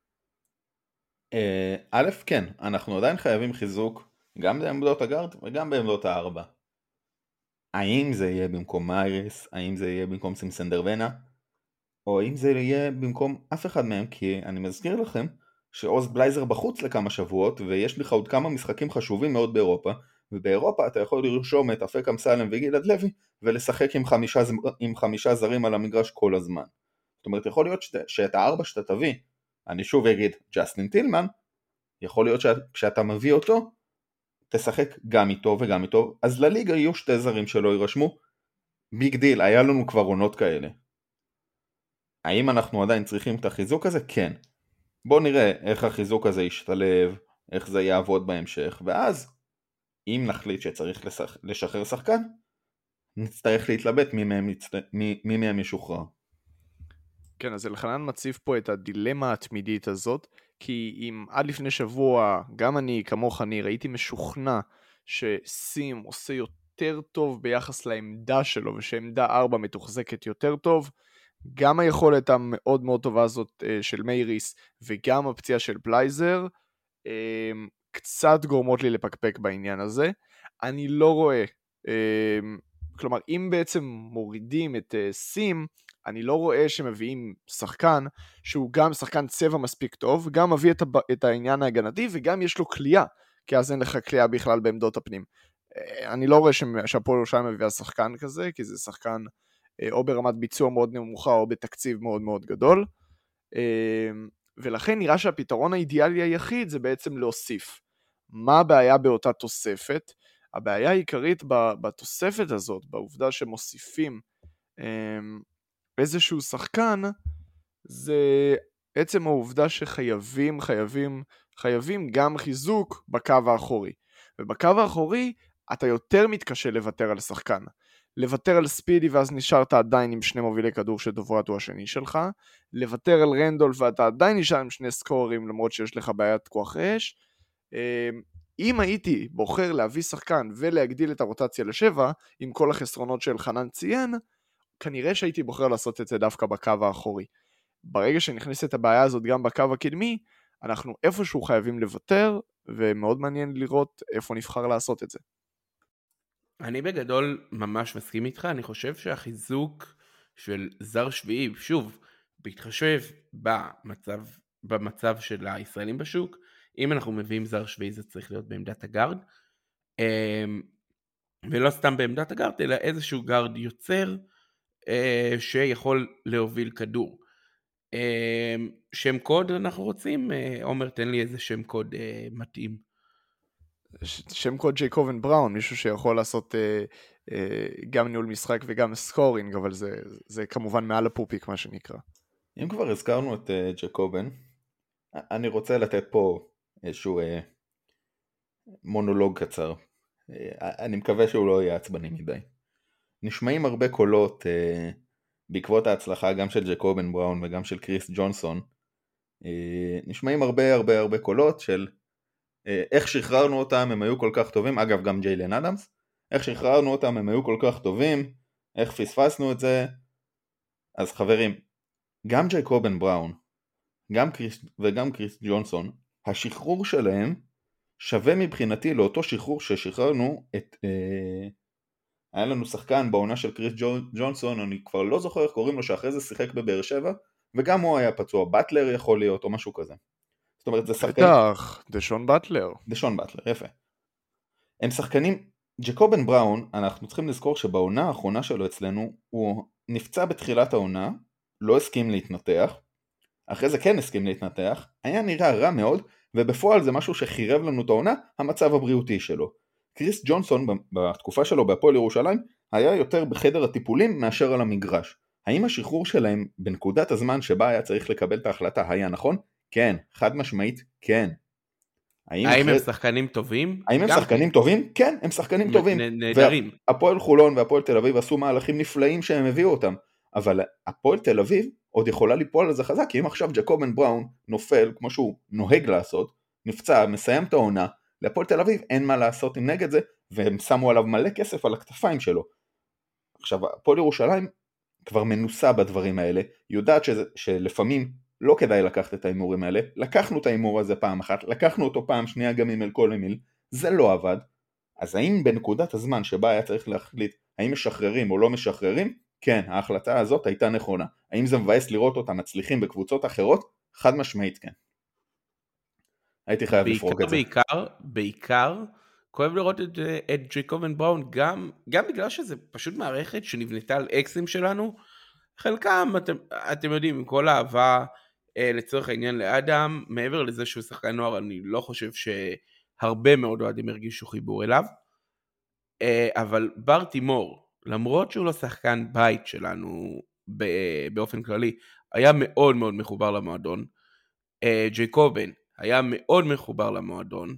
א', כן, אנחנו עדיין חייבים חיזוק גם בעמדות הגארד וגם בעמדות הארבע. האם זה יהיה במקום מייריס, האם זה יהיה במקום סים סנדר ונה, או אם זה יהיה במקום אף אחד מהם, כי אני מזכיר לכם שעוז בלייזר בחוץ לכמה שבועות, ויש לך עוד כמה משחקים חשובים מאוד באירופה, ובאירופה אתה יכול לרשום את אפק אמסלם וגלעד לוי, ולשחק עם חמישה זרים על המגרש כל הזמן. זאת אומרת, יכול להיות שאת הארבע שאתה תביא, אני שוב אגיד ג'סטין טילמן, יכול להיות שכשאתה מביא אותו, תשחק גם איתו וגם איתו, אז לליגה יהיו שתי זרים שלא יירשמו, ביג דיל, היה לנו כבר עונות כאלה. האם אנחנו עדיין צריכים את החיזוק הזה? כן. בואו נראה איך החיזוק הזה ישתלב, איך זה יעבוד בהמשך, ואז אם נחליט שצריך לשחרר שחקן, נצטרך להתלבט מי מהם ישוחרר. כן, אז אלחנן מציב פה את הדילמה התמידית הזאת, כי אם עד לפני שבוע, גם אני כמוך אני ראיתי משוכנע שסים עושה יותר טוב ביחס לעמדה שלו, ושעמדה 4 מתוחזקת יותר טוב, גם היכולת המאוד מאוד טובה הזאת של מייריס, וגם הפציעה של בלייזר, קצת גורמות לי לפקפק בעניין הזה. אני לא רואה, כלומר, אם בעצם מורידים את סים, אני לא רואה שמביאים שחקן, שהוא גם שחקן צבע מספיק טוב, גם מביא את העניין ההגנתי, וגם יש לו קליעה, כי אז אין לך קליעה בכלל בעמדות הפנים. אני לא רואה שהפועל ירושלים מביאה שחקן כזה, כי זה שחקן או ברמת ביצוע מאוד נמוכה, או בתקציב מאוד מאוד גדול, ולכן נראה שהפתרון האידיאלי היחיד זה בעצם להוסיף. מה הבעיה באותה תוספת? הבעיה העיקרית בתוספת הזאת, בעובדה שמוסיפים איזשהו שחקן, זה עצם העובדה שחייבים גם חיזוק בקו האחורי. ובקו האחורי אתה יותר מתקשה לוותר על שחקן. לוותר על ספידי ואז נשארת עדיין עם שני מובילי כדור שדוברת הוא השני שלך, לוותר על רנדולף ואתה עדיין נשאר עם שני סקורים למרות שיש לך בעיית כוח אש. אם הייתי בוחר להביא שחקן ולהגדיל את הרוטציה לשבע, עם כל החסרונות של חנן ציין, כנראה שהייתי בוחר לעשות את זה דווקא בקו האחורי. ברגע שנכנס את הבעיה הזאת גם בקו הקדמי, אנחנו איפשהו חייבים לוותר, ומאוד מעניין לראות איפה נבחר לעשות את זה. אני בגדול ממש מסכים איתך, אני חושב שהחיזוק של זר שביעי, שוב, בהתחשב במצב של הישראלים בשוק, אם אנחנו מביאים זר שביעי זה צריך להיות בעמדת הגארד, ולא סתם בעמדת הגארד, אלא איזשהו גארד יוצר שיכול להוביל כדור. שם קוד אנחנו רוצים, עומר תן לי איזה שם קוד מתאים. שם קוד ג'ייקובן בראון, מישהו שיכול לעשות גם ניהול משחק וגם סקורינג, אבל זה כמובן מעל הפופיק מה שנקרא. אם כבר הזכרנו את ג'ייקובן, אני רוצה לתת פה איזשהו מונולוג קצר. אני מקווה שהוא לא יהיה עצבני מדי. נשמעים הרבה קולות בעקבות ההצלחה גם של ג'ייקובן בראון וגם של קריס ג'ונסון. נשמעים הרבה קולות של איך שחררנו אותם, הם היו כל כך טובים, אגב גם ג'יילן אדמס, איך שחררנו אותם, הם היו כל כך טובים, איך פספסנו את זה. אז חברים, גם ג'ייקובן בראון וגם קריס ג'ונסון, השחרור שלהם שווה מבחינתי לאותו שחרור ששחררנו את... היה לנו שחקן בעונה של קריס ג'ונסון, אני כבר לא זוכר איך קוראים לו, שאחרי זה שיחק בבאר שבע, וגם הוא היה פצוע, באטלר יכול להיות או משהו כזה. זאת אומרת, זה שחקנים... בטח, דשון באטלר. דשון באטלר, יפה. הם שחקנים... ג'קובן בראון, אנחנו צריכים לזכור שבעונה האחרונה שלו אצלנו, הוא נפצע בתחילת העונה, לא הסכים להתנתח, אחרי זה כן הסכים להתנתח, היה נראה רע מאוד, ובפועל זה משהו שחירב לנו את העונה, המצב הבריאותי שלו. קריס ג'ונסון בתקופה שלו בהפועל ירושלים, היה יותר בחדר הטיפולים מאשר על המגרש. האם השחרור שלהם בנקודת הזמן שבה היה צריך לקבל את ההחלטה היה נכון? כן, חד משמעית כן. האם הם שחקנים טובים? האם הם שחקנים טובים? כן, הם שחקנים טובים. נהדרים. והפועל חולון והפועל תל אביב עשו מהלכים נפלאים שהם הביאו אותם. אבל הפועל תל אביב עוד יכולה ליפול על זה חזק, כי אם עכשיו ג'קובן בראון נופל, כמו שהוא נוהג לעשות, נפצע, מסיים את העונה, להפועל תל אביב אין מה לעשות עם נגד זה, והם שמו עליו מלא כסף על הכתפיים שלו. עכשיו, הפועל ירושלים כבר מנוסה בדברים האלה, יודעת שלפעמים לא כדאי לקחת את האימורים האלה, לקחנו את האימור הזה פעם אחת, לקחנו אותו פעם שנייה גם עם אלכוהול אמיל, זה לא עבד. אז האם בנקודת הזמן שבה היה צריך להחליט האם משחררים או לא משחררים? כן, ההחלטה הזאת הייתה נכונה. האם זה מבאס לראות אותם מצליחים בקבוצות אחרות? חד משמעית כן. הייתי חייב לפרוק את זה. בעיקר, כואב לראות את ג'קובן בראון, גם בגלל שזה פשוט מערכת שנבנתה על אקסים שלנו, חלקם, אתם יודעים, עם כל האהבה לצורך העניין לאדם, מעבר לזה שהוא שחקן נוער, אני לא חושב שהרבה מאוד אוהדים הרגישו חיבור אליו, אבל בר תימור, למרות שהוא לא שחקן בית שלנו באופן כללי, היה מאוד מאוד מחובר למועדון, ג'קובן היה מאוד מחובר למועדון,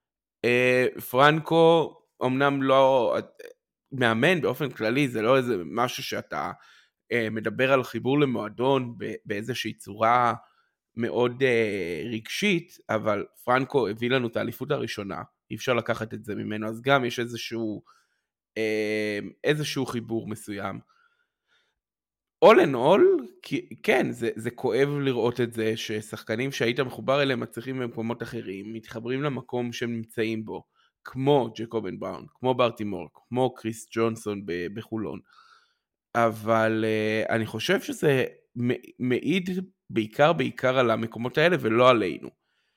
פרנקו אמנם לא מאמן באופן כללי, זה לא איזה משהו שאתה מדבר על חיבור למועדון באיזושהי צורה מאוד רגשית, אבל פרנקו הביא לנו את האליפות הראשונה, אי אפשר לקחת את זה ממנו, אז גם יש איזשהו חיבור מסוים. all in all, כן, זה כואב לראות את זה, ששחקנים שהיית מחובר אליהם מצליחים במקומות אחרים, מתחברים למקום שהם נמצאים בו, כמו ג'קובן בראון, כמו בר תימור, כמו קריס ג'ונסון בחולון, אבל אני חושב שזה מעיד בעיקר על המקומות האלה ולא עלינו.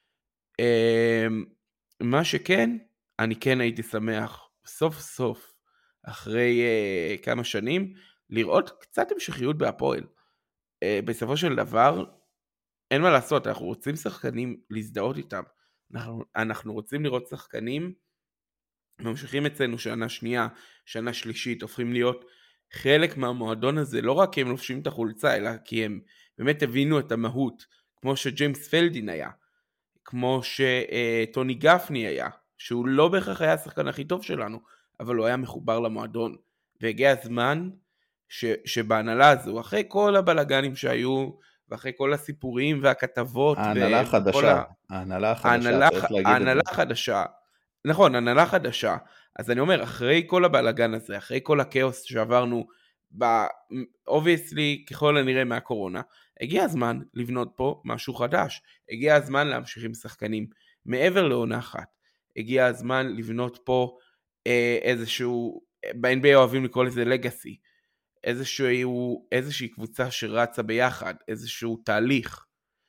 מה שכן, אני כן הייתי שמח סוף סוף אחרי כמה שנים לראות קצת המשכיות בהפועל. בסופו של דבר אין מה לעשות, אנחנו רוצים שחקנים להזדהות איתם, אנחנו רוצים לראות שחקנים ממשיכים אצלנו שנה שנייה, שנה שלישית, הופכים להיות חלק מהמועדון הזה, לא רק כי הם לובשים את החולצה, אלא כי הם באמת הבינו את המהות, כמו שג'יימס פלדין היה, כמו שטוני גפני היה, שהוא לא בהכרח היה השחקן הכי טוב שלנו, אבל הוא היה מחובר למועדון, והגיע הזמן שבהנהלה הזו, אחרי כל הבלגנים שהיו, ואחרי כל הסיפורים והכתבות, ההנהלה החדשה, ההנהלה החדשה, נכון, הנהלה חדשה, אז אני אומר, אחרי כל הבלגן הזה, אחרי כל הכאוס שעברנו, obviously, ככל הנראה מהקורונה, הגיע הזמן לבנות פה משהו חדש, הגיע הזמן להמשיך עם שחקנים מעבר לעונה אחת, הגיע הזמן לבנות פה איזשהו, ב-NBA אוהבים לקרוא לזה לגאסי, איזושהי קבוצה שרצה ביחד, איזשהו תהליך,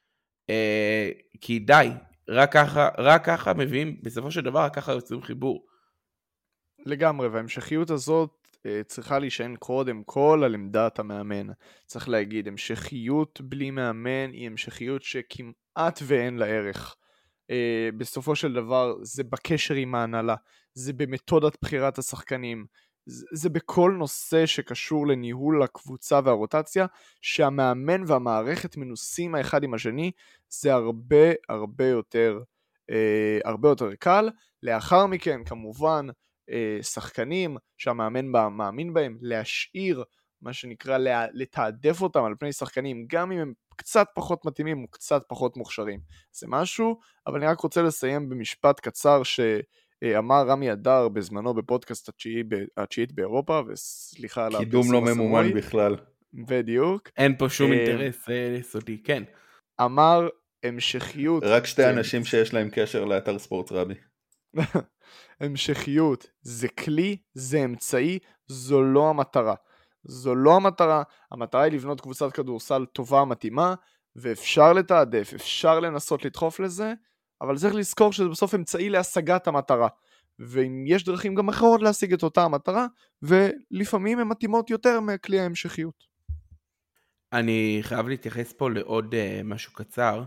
כי די, רק ככה מביאים, בסופו של דבר רק ככה יוצאים חיבור. לגמרי, וההמשכיות הזאת צריכה להישען קודם כל על עמדת המאמן. צריך להגיד, המשכיות בלי מאמן היא המשכיות שכמעט ואין לה ערך. בסופו של דבר זה בקשר עם ההנהלה, זה במתודת בחירת השחקנים, זה בכל נושא שקשור לניהול הקבוצה והרוטציה, שהמאמן והמערכת מנוסים האחד עם השני, זה הרבה יותר קל. לאחר מכן כמובן שחקנים שהמאמן מאמין בהם, להשאיר מה שנקרא לתעדף אותם על פני שחקנים, גם אם הם קצת פחות מתאימים או קצת פחות מוכשרים. זה משהו, אבל אני רק רוצה לסיים במשפט קצר שאמר רמי אדר בזמנו בפודקאסט התשיעית באירופה, וסליחה על קידום לא ממומן בכלל. בדיוק. אין פה שום אינטרס סודי, כן. אמר המשכיות. רק שתי אנשים שיש להם קשר לאתר ספורט רבי. המשכיות זה כלי, זה אמצעי, זו לא המטרה. זו לא המטרה, המטרה היא לבנות קבוצת כדורסל טובה, מתאימה, ואפשר לתעדף, אפשר לנסות לדחוף לזה, אבל צריך לזכור שזה בסוף אמצעי להשגת המטרה. ואם יש דרכים גם אחרות להשיג את אותה המטרה, ולפעמים הן מתאימות יותר מכלי ההמשכיות. אני חייב להתייחס פה לעוד משהו קצר.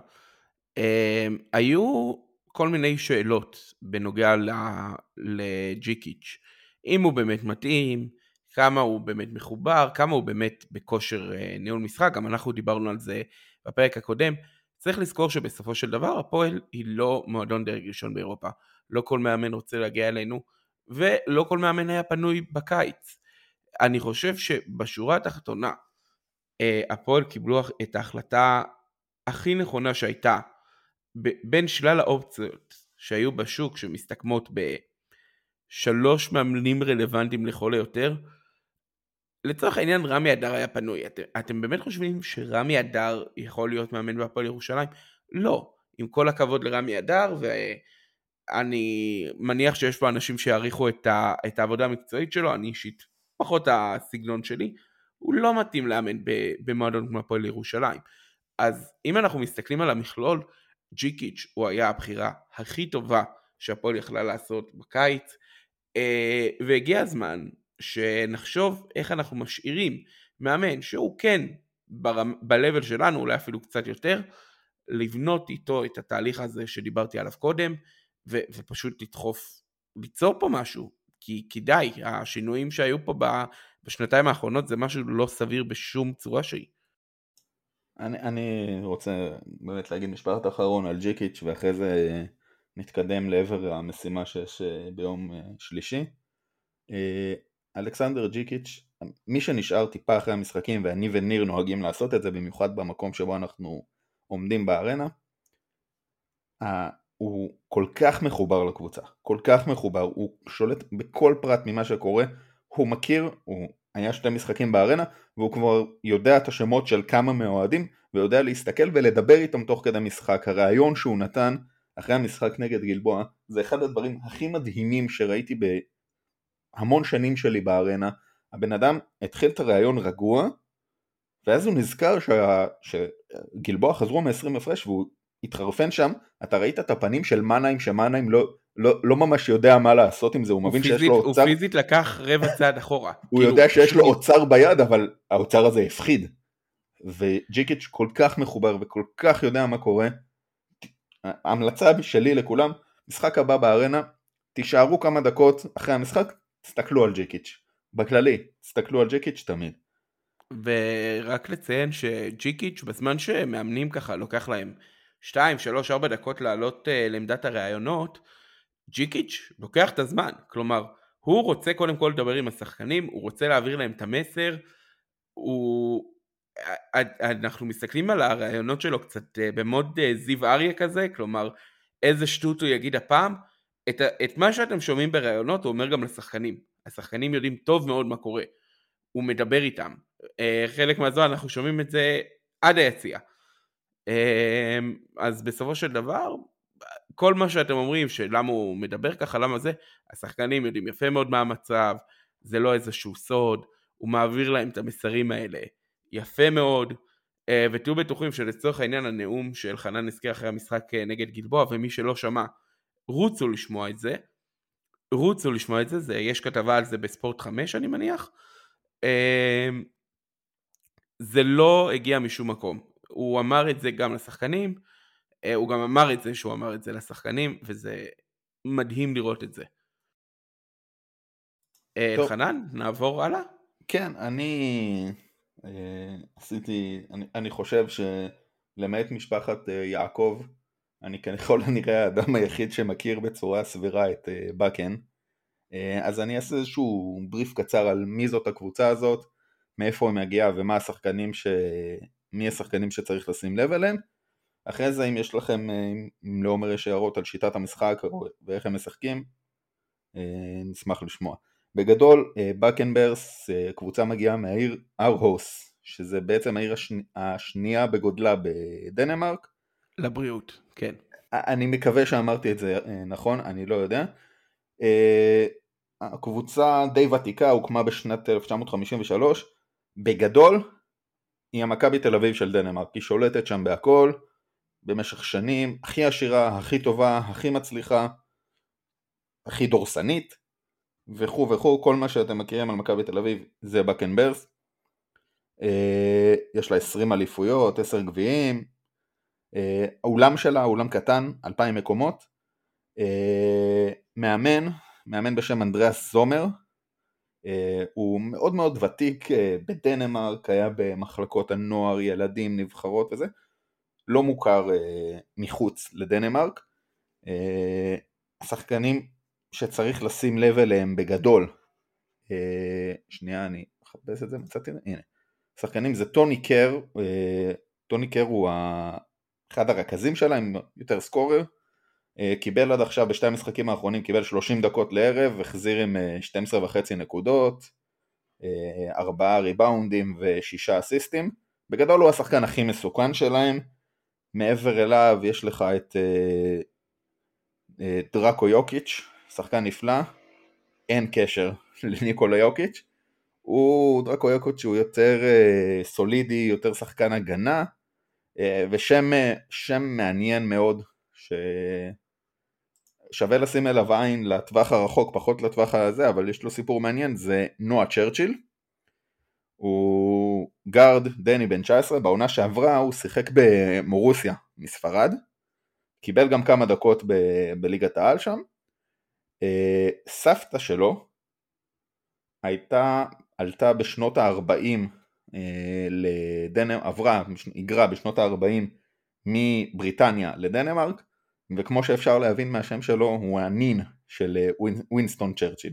היו כל מיני שאלות בנוגע לג'יקיץ', אם הוא באמת מתאים, כמה הוא באמת מחובר, כמה הוא באמת בכושר ניהול משחק, גם אנחנו דיברנו על זה בפרק הקודם. צריך לזכור שבסופו של דבר הפועל היא לא מועדון דרג ראשון באירופה, לא כל מאמן רוצה להגיע אלינו, ולא כל מאמן היה פנוי בקיץ. אני חושב שבשורה התחתונה, הפועל קיבלו את ההחלטה הכי נכונה שהייתה, בין שלל האופציות שהיו בשוק, שמסתכמות ב3 מאמנים רלוונטיים לכל היותר. לצורך העניין רמי אדר היה פנוי. אתם באמת חושבים שרמי אדר יכול להיות מאמן בהפועל ירושלים? לא. עם כל הכבוד לרמי אדר, ואני מניח שיש פה אנשים שיעריכו את העבודה המקצועית שלו, אני אישית פחות הסגנון שלי, הוא לא מתאים לאמן במועדון כמו הפועל ירושלים. אז אם אנחנו מסתכלים על המכלול, ג'יקיץ' הוא היה הבחירה הכי טובה שהפועל יכלה לעשות בקיץ, והגיע הזמן שנחשוב איך אנחנו משאירים מאמן שהוא כן בלבל שלנו, אולי אפילו קצת יותר, לבנות איתו את התהליך הזה שדיברתי עליו קודם, ופשוט לדחוף, ליצור פה משהו, כי כדאי, השינויים שהיו פה בשנתיים האחרונות זה משהו לא סביר בשום צורה שהיא. אני רוצה באמת להגיד משפט אחרון על ג'יקיץ' ואחרי זה נתקדם לעבר המשימה שיש ביום שלישי. אלכסנדר ג'יקיץ', מי שנשאר טיפה אחרי המשחקים, ואני וניר נוהגים לעשות את זה, במיוחד במקום שבו אנחנו עומדים בארנה, הוא כל כך מחובר לקבוצה, כל כך מחובר, הוא שולט בכל פרט ממה שקורה, הוא מכיר, הוא היה 2 משחקים בארנה, והוא כבר יודע את השמות של כמה מהאוהדים, ויודע להסתכל ולדבר איתם תוך כדי משחק. הרעיון שהוא נתן אחרי המשחק נגד גלבוע, זה אחד הדברים הכי מדהימים שראיתי בהמון שנים שלי בארנה. הבן אדם התחיל את הרעיון רגוע, ואז הוא נזכר שגלבוע חזרו מ-20 הפרש, והוא התחרפן שם. אתה ראית את הפנים של מנהיים, שמנהיים לא ממש יודע מה לעשות עם זה, הוא מבין שיש לו אוצר. הוא פיזית לקח רבע צעד אחורה. הוא יודע שיש לו אוצר ביד, אבל האוצר הזה הפחיד. וג'יקיץ' כל כך מחובר וכל כך יודע מה קורה. ההמלצה שלי לכולם, משחק הבא בארנה, תישארו כמה דקות אחרי המשחק, תסתכלו על ג'יקיץ'. בכללי, תסתכלו על ג'יקיץ' תמיד. ורק לציין שג'יקיץ' בזמן שמאמנים ככה לוקח להם 2, 3, 4 דקות לעלות לעמדת הרעיונות, ג'יקיץ' לוקח את הזמן, כלומר הוא רוצה קודם כל לדבר עם השחקנים, הוא רוצה להעביר להם את המסר, אנחנו מסתכלים על הרעיונות שלו קצת במוד זיו אריה כזה, כלומר איזה שטות הוא יגיד הפעם, את מה שאתם שומעים ברעיונות הוא אומר גם לשחקנים, השחקנים יודעים טוב מאוד מה קורה, הוא מדבר איתם, חלק מהזמן אנחנו שומעים את זה עד היציאה, אז בסופו של דבר, כל מה שאתם אומרים שלמה הוא מדבר ככה, למה זה, השחקנים יודעים יפה מאוד מה המצב, זה לא איזשהו סוד, הוא מעביר להם את המסרים האלה, יפה מאוד, ותהיו בטוחים שלצורך העניין הנאום של חנן הזכיר אחרי המשחק נגד גלבוע, ומי שלא שמע, רוצו לשמוע את זה, יש כתבה על זה בספורט 5 אני מניח, זה לא הגיע משום מקום, הוא אמר את זה גם לשחקנים, הוא גם אמר את זה שהוא אמר את זה לשחקנים, וזה מדהים לראות את זה. חנן, נעבור הלאה? כן, אני חושב שלמעט משפחת יעקב, אני ככל הנראה האדם היחיד שמכיר בצורה סבירה את בקן, אז אני אעשה איזשהו בריף קצר על מי זאת הקבוצה הזאת, מאיפה הם מגיעה ומה מי השחקנים שצריך לשים לב אליהם. אחרי זה אם יש לכם, אם לא אומר יש הערות על שיטת המשחק ואיך הם משחקים, נשמח לשמוע. בגדול, בקנברס, קבוצה מגיעה מהעיר ארהוס, שזה בעצם העיר השנייה בגודלה בדנמרק. לבריאות, כן. אני מקווה שאמרתי את זה נכון, אני לא יודע. הקבוצה די ותיקה, הוקמה בשנת 1953, בגדול, היא המכבי תל אביב של דנמרק, היא שולטת שם בהכל, במשך שנים, הכי עשירה, הכי טובה, הכי מצליחה, הכי דורסנית, וכו' וכו', כל מה שאתם מכירים על מכבי תל אביב זה בקנברס, יש לה 20 אליפויות, 10 גביעים, האולם שלה, אולם קטן, 2,000 מקומות, מאמן בשם אנדריאס זומר, הוא מאוד מאוד ותיק בדנמרק, היה במחלקות הנוער, ילדים, נבחרות וזה, לא מוכר מחוץ לדנמרק, השחקנים שצריך לשים לב אליהם בגדול, שנייה אני מחפש את זה, מצאתי, הנה, השחקנים זה טוני קר, טוני קר הוא אחד הרכזים שלהם, יותר סקורר, קיבל עד עכשיו בשתי המשחקים האחרונים, קיבל 30 דקות לערב, החזיר עם 12.5 נקודות, 4 ריבאונדים ו6 אסיסטים, בגדול הוא השחקן הכי מסוכן שלהם, מעבר אליו יש לך את דרקו יוקיץ', שחקן נפלא, אין קשר לניקולה יוקיץ', דרקו יוקיץ' הוא יותר סולידי, יותר שחקן הגנה, ושם מעניין מאוד, שווה לשים אליו עין לטווח הרחוק, פחות לטווח הזה, אבל יש לו סיפור מעניין, זה נועה צ'רצ'יל, הוא גארד דני בן 19, בעונה שעברה הוא שיחק במורוסיה מספרד, קיבל גם כמה דקות בליגת העל שם, סבתא שלו עלתה בשנות ה-40 היגרה בשנות ה-40 מבריטניה לדנמרק, וכמו שאפשר להבין מהשם שלו, הוא הנין של ווינסטון צ'רצ'יל.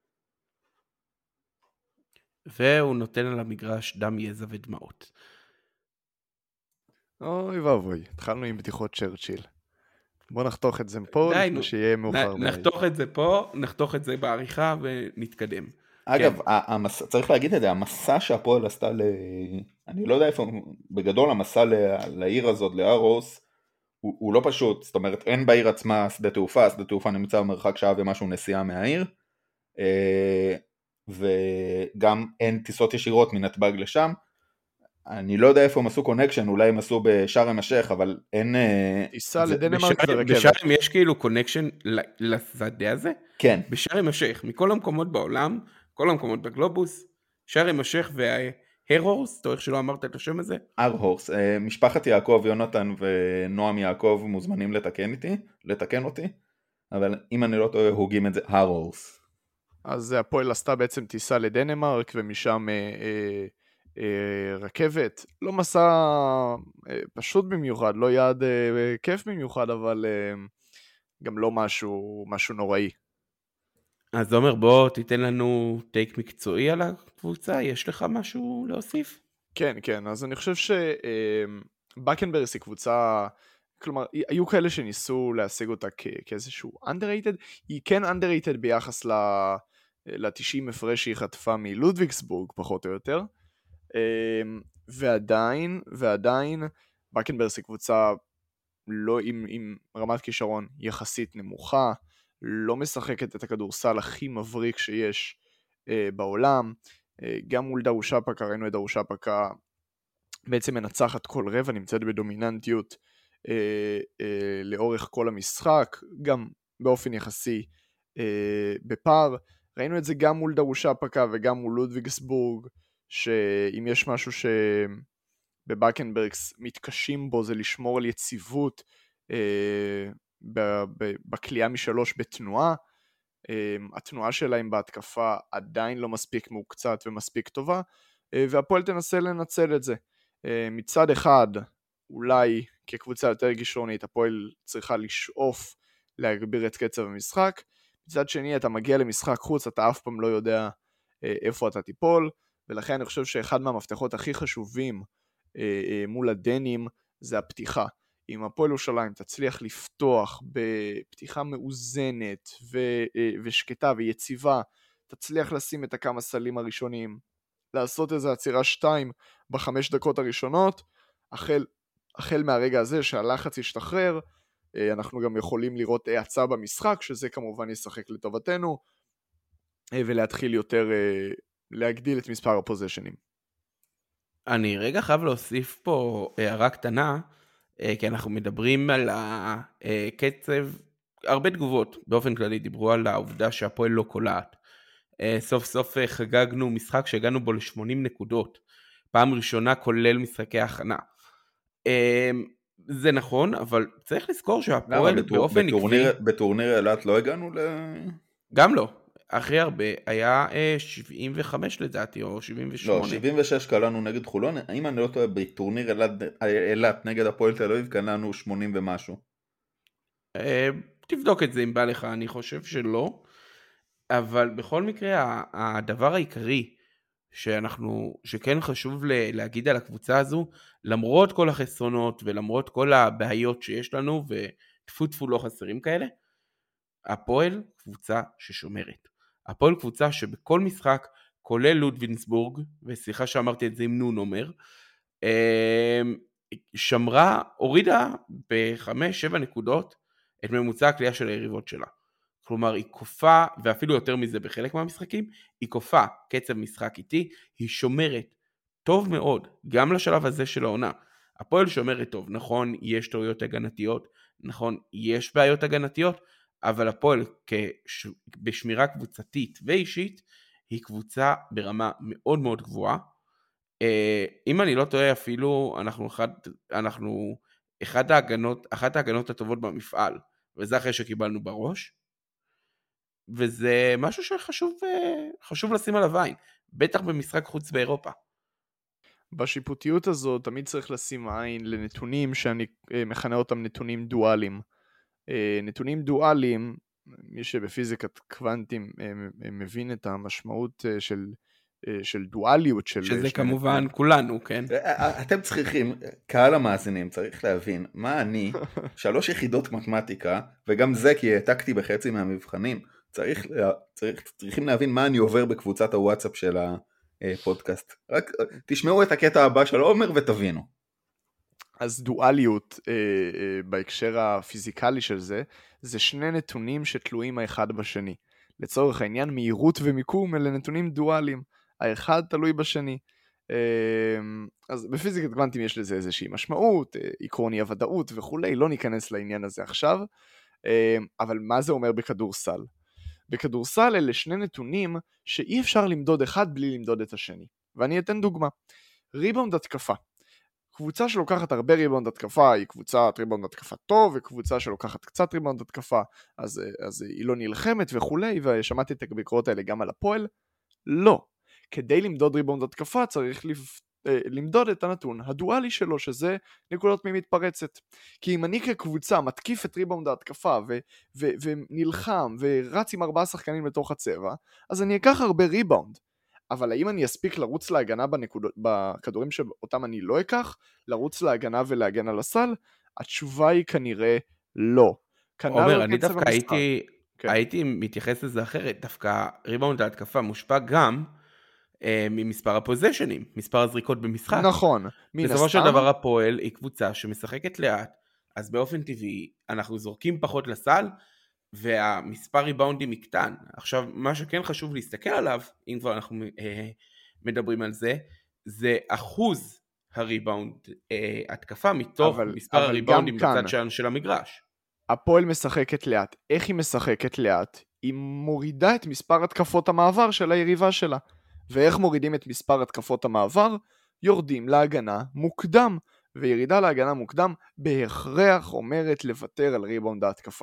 והוא נותן על המגרש דם, יזע ודמעות. אוי ואבוי, התחלנו עם בדיחות צ'רצ'יל. בוא נחתוך את זה פה לפני שיהיה מאוחר. נחתוך את זה פה, נחתוך את זה בעריכה ונתקדם. אגב, צריך להגיד את זה, המסע שהפועל עשתה אני לא יודע איפה, בגדול המסע לעיר הזאת, לארוס, הוא לא פשוט, זאת אומרת, אין בעיר עצמה שדה תעופה, שדה תעופה נמצא במרחק שעה ומשהו נסיעה מהעיר, וגם אין טיסות ישירות מנתב"ג לשם, אני לא יודע איפה הם עשו קונקשן, אולי הם עשו בשארם א-שייח, אבל אין... טיסה לדנמרק ורכבת. בשארם יש כאילו קונקשן לשדה הזה? כן. בשארם א-שייח, מכל המקומות בעולם, כל המקומות בגלובוס, שארם א-שייח וההורס, אתה איך שלא אמרת את השם הזה? הורס, משפחת יעקב, יונתן ונועם יעקב מוזמנים לתקן אותי, אבל אם אני לא טועה, הוגים את זה הורס. אז הפועל עשתה בעצם טיסה לדנמרק, ומשם רכבת, לא מסע פשוט במיוחד, לא יעד כיף במיוחד, אבל גם לא משהו נוראי. אז אומר, בוא תיתן לנו טייק מקצועי על הקבוצה, יש לך משהו להוסיף? כן, אז אני חושב שבקנברס היא קבוצה, כלומר, היו כאלה שניסו להשיג אותה כאיזשהו underrated, היא כן underrated ביחס ל-90 הפרש שהיא חטפה מלודוויגסבורג, פחות או יותר, ועדיין, בקנברס היא קבוצה לא עם רמת כישרון יחסית נמוכה, לא משחקת את הכדורסל הכי מבריק שיש בעולם, גם מול דרושפקה, ראינו את דרושפקה בעצם מנצחת כל רבע, נמצאת בדומיננטיות לאורך כל המשחק, גם באופן יחסי בפער, ראינו את זה גם מול דרושפקה וגם מול לודוויגסבורג, שאם יש משהו שבבקנברגס מתקשים בו זה לשמור על יציבות בקליעה משלוש בתנועה, התנועה שלהם בהתקפה עדיין לא מספיק מוקצת ומספיק טובה, והפועל תנסה לנצל את זה. מצד אחד, אולי כקבוצה יותר גישרונית, הפועל צריכה לשאוף להגביר את קצב המשחק, מצד שני אתה מגיע למשחק חוץ, אתה אף פעם לא יודע איפה אתה תיפול, ולכן אני חושב שאחד מהמפתחות הכי חשובים מול הדנים זה הפתיחה. אם הפועל ירושלים תצליח לפתוח בפתיחה מאוזנת ושקטה ויציבה, תצליח לשים את הכמה סלים הראשונים, לעשות איזו עצירה 2 ב5 דקות הראשונות, החל מהרגע הזה שהלחץ ישתחרר, אנחנו גם יכולים לראות האצה במשחק, שזה כמובן ישחק לטובתנו, ולהתחיל יותר להגדיל את מספר הפוזישנים. אני רגע חייב להוסיף פה הערה קטנה, כי אנחנו מדברים על הקצב, הרבה תגובות באופן כללי דיברו על העובדה שהפועל לא קולעת. סוף סוף חגגנו משחק שהגענו בו ל-80 נקודות, פעם ראשונה כולל משחקי הכנה. זה נכון, אבל צריך לזכור שהפועל באופן עקבי... בטורניר אילת לא הגענו גם לא. הכי הרבה היה 75 לדעתי, או 78. לא, 76 קלענו נגד חולון, אם אני לא טועה, בטורניר אילת נגד הפועל תל אביב קלענו 80 ומשהו. תבדוק את זה אם בא לך, אני חושב שלא. אבל בכל מקרה, הדבר העיקרי שכן חשוב להגיד על הקבוצה הזו, למרות כל החסרונות ולמרות כל הבעיות שיש לנו, וטפו טפו לא חסרים כאלה, הפועל קבוצה ששומרת. הפועל קבוצה שבכל משחק, כולל לודווינסבורג, וסליחה שאמרתי את זה עם נון אומר, שמרה, הורידה ב5-7 נקודות את ממוצע הקליעה של היריבות שלה. כלומר, היא קופה, ואפילו יותר מזה בחלק מהמשחקים, היא קופה קצב משחק איתי, היא שומרת טוב מאוד, גם לשלב הזה של העונה. הפועל שומרת טוב, נכון, יש טעויות הגנתיות, נכון, יש בעיות הגנתיות, אבל הפועל בשמירה קבוצתית ואישית, היא קבוצה ברמה מאוד מאוד גבוהה. אם אני לא טועה, אפילו אנחנו אחת ההגנות הטובות במפעל, וזה אחרי שקיבלנו בראש, וזה משהו שחשוב לשים עליו עין, בטח במשחק חוץ באירופה. בשיפוטיות הזאת תמיד צריך לשים עין לנתונים שאני מכנה אותם נתונים דואליים. נתונים דואליים, מי שבפיזיקת קוונטים מבין את המשמעות של דואליות. שזה כמובן כולנו, כן? אתם צריכים, קהל המאזינים צריך להבין מה אני, 3 יחידות מתמטיקה, וגם זה כי העתקתי בחצי מהמבחנים, צריכים להבין מה אני עובר בקבוצת הוואטסאפ של הפודקאסט. רק תשמעו את הקטע הבא של עומר ותבינו. אז דואליות בהקשר הפיזיקלי של זה שני נתונים שתלויים האחד בשני. לצורך העניין, מהירות ומיקום אלה נתונים דואליים. האחד תלוי בשני. אז בפיזיקת קוונטים יש לזה איזושהי משמעות, עקרון אי הוודאות וכולי, לא ניכנס לעניין הזה עכשיו. אבל מה זה אומר בכדורסל? בכדורסל אלה שני נתונים שאי אפשר למדוד אחד בלי למדוד את השני. ואני אתן דוגמה. ריבאונד התקפה. קבוצה שלוקחת הרבה ריבאונד התקפה היא קבוצת ריבאונד התקפה טוב, וקבוצה שלוקחת קצת ריבאונד התקפה אז היא לא נלחמת וכולי, ושמעתי את הביקורות האלה גם על הפועל. לא. כדי למדוד ריבאונד התקפה צריך למדוד את הנתון הדואלי שלו, שזה נקודות ממתפרצת. כי אם אני כקבוצה מתקיף את ריבאונד ההתקפה ונלחם ורץ עם 4 שחקנים לתוך הצבע, אז אני אקח הרבה ריבאונד. אבל האם אני אספיק לרוץ להגנה בכדורים שאותם אני לא אקח, לרוץ להגנה ולהגן על הסל? התשובה היא כנראה לא. עומר, אני דווקא הייתי מתייחס לזה אחרת, דווקא ריבאונד ההתקפה מושפע גם ממספר הפוזיישנים, מספר הזריקות במשחק. נכון. בסופו של דבר הפועל היא קבוצה שמשחקת לאט, אז באופן טבעי אנחנו זורקים פחות לסל, והמספר ריבאונדים יקטן. עכשיו, מה שכן חשוב להסתכל עליו, אם כבר אנחנו מדברים על זה, זה אחוז הריבאונד התקפה מתוך מספר הריבאונדים בצד של המגרש. הפועל משחקת לאט. איך היא משחקת לאט? היא מורידה את מספר התקפות המעבר של היריבה שלה. ואיך מורידים את מספר התקפות המעבר? יורדים להגנה מוקדם. וירידה להגנה מוקדם בהכרח אומרת לוותר על ריבאונד ההתקפה.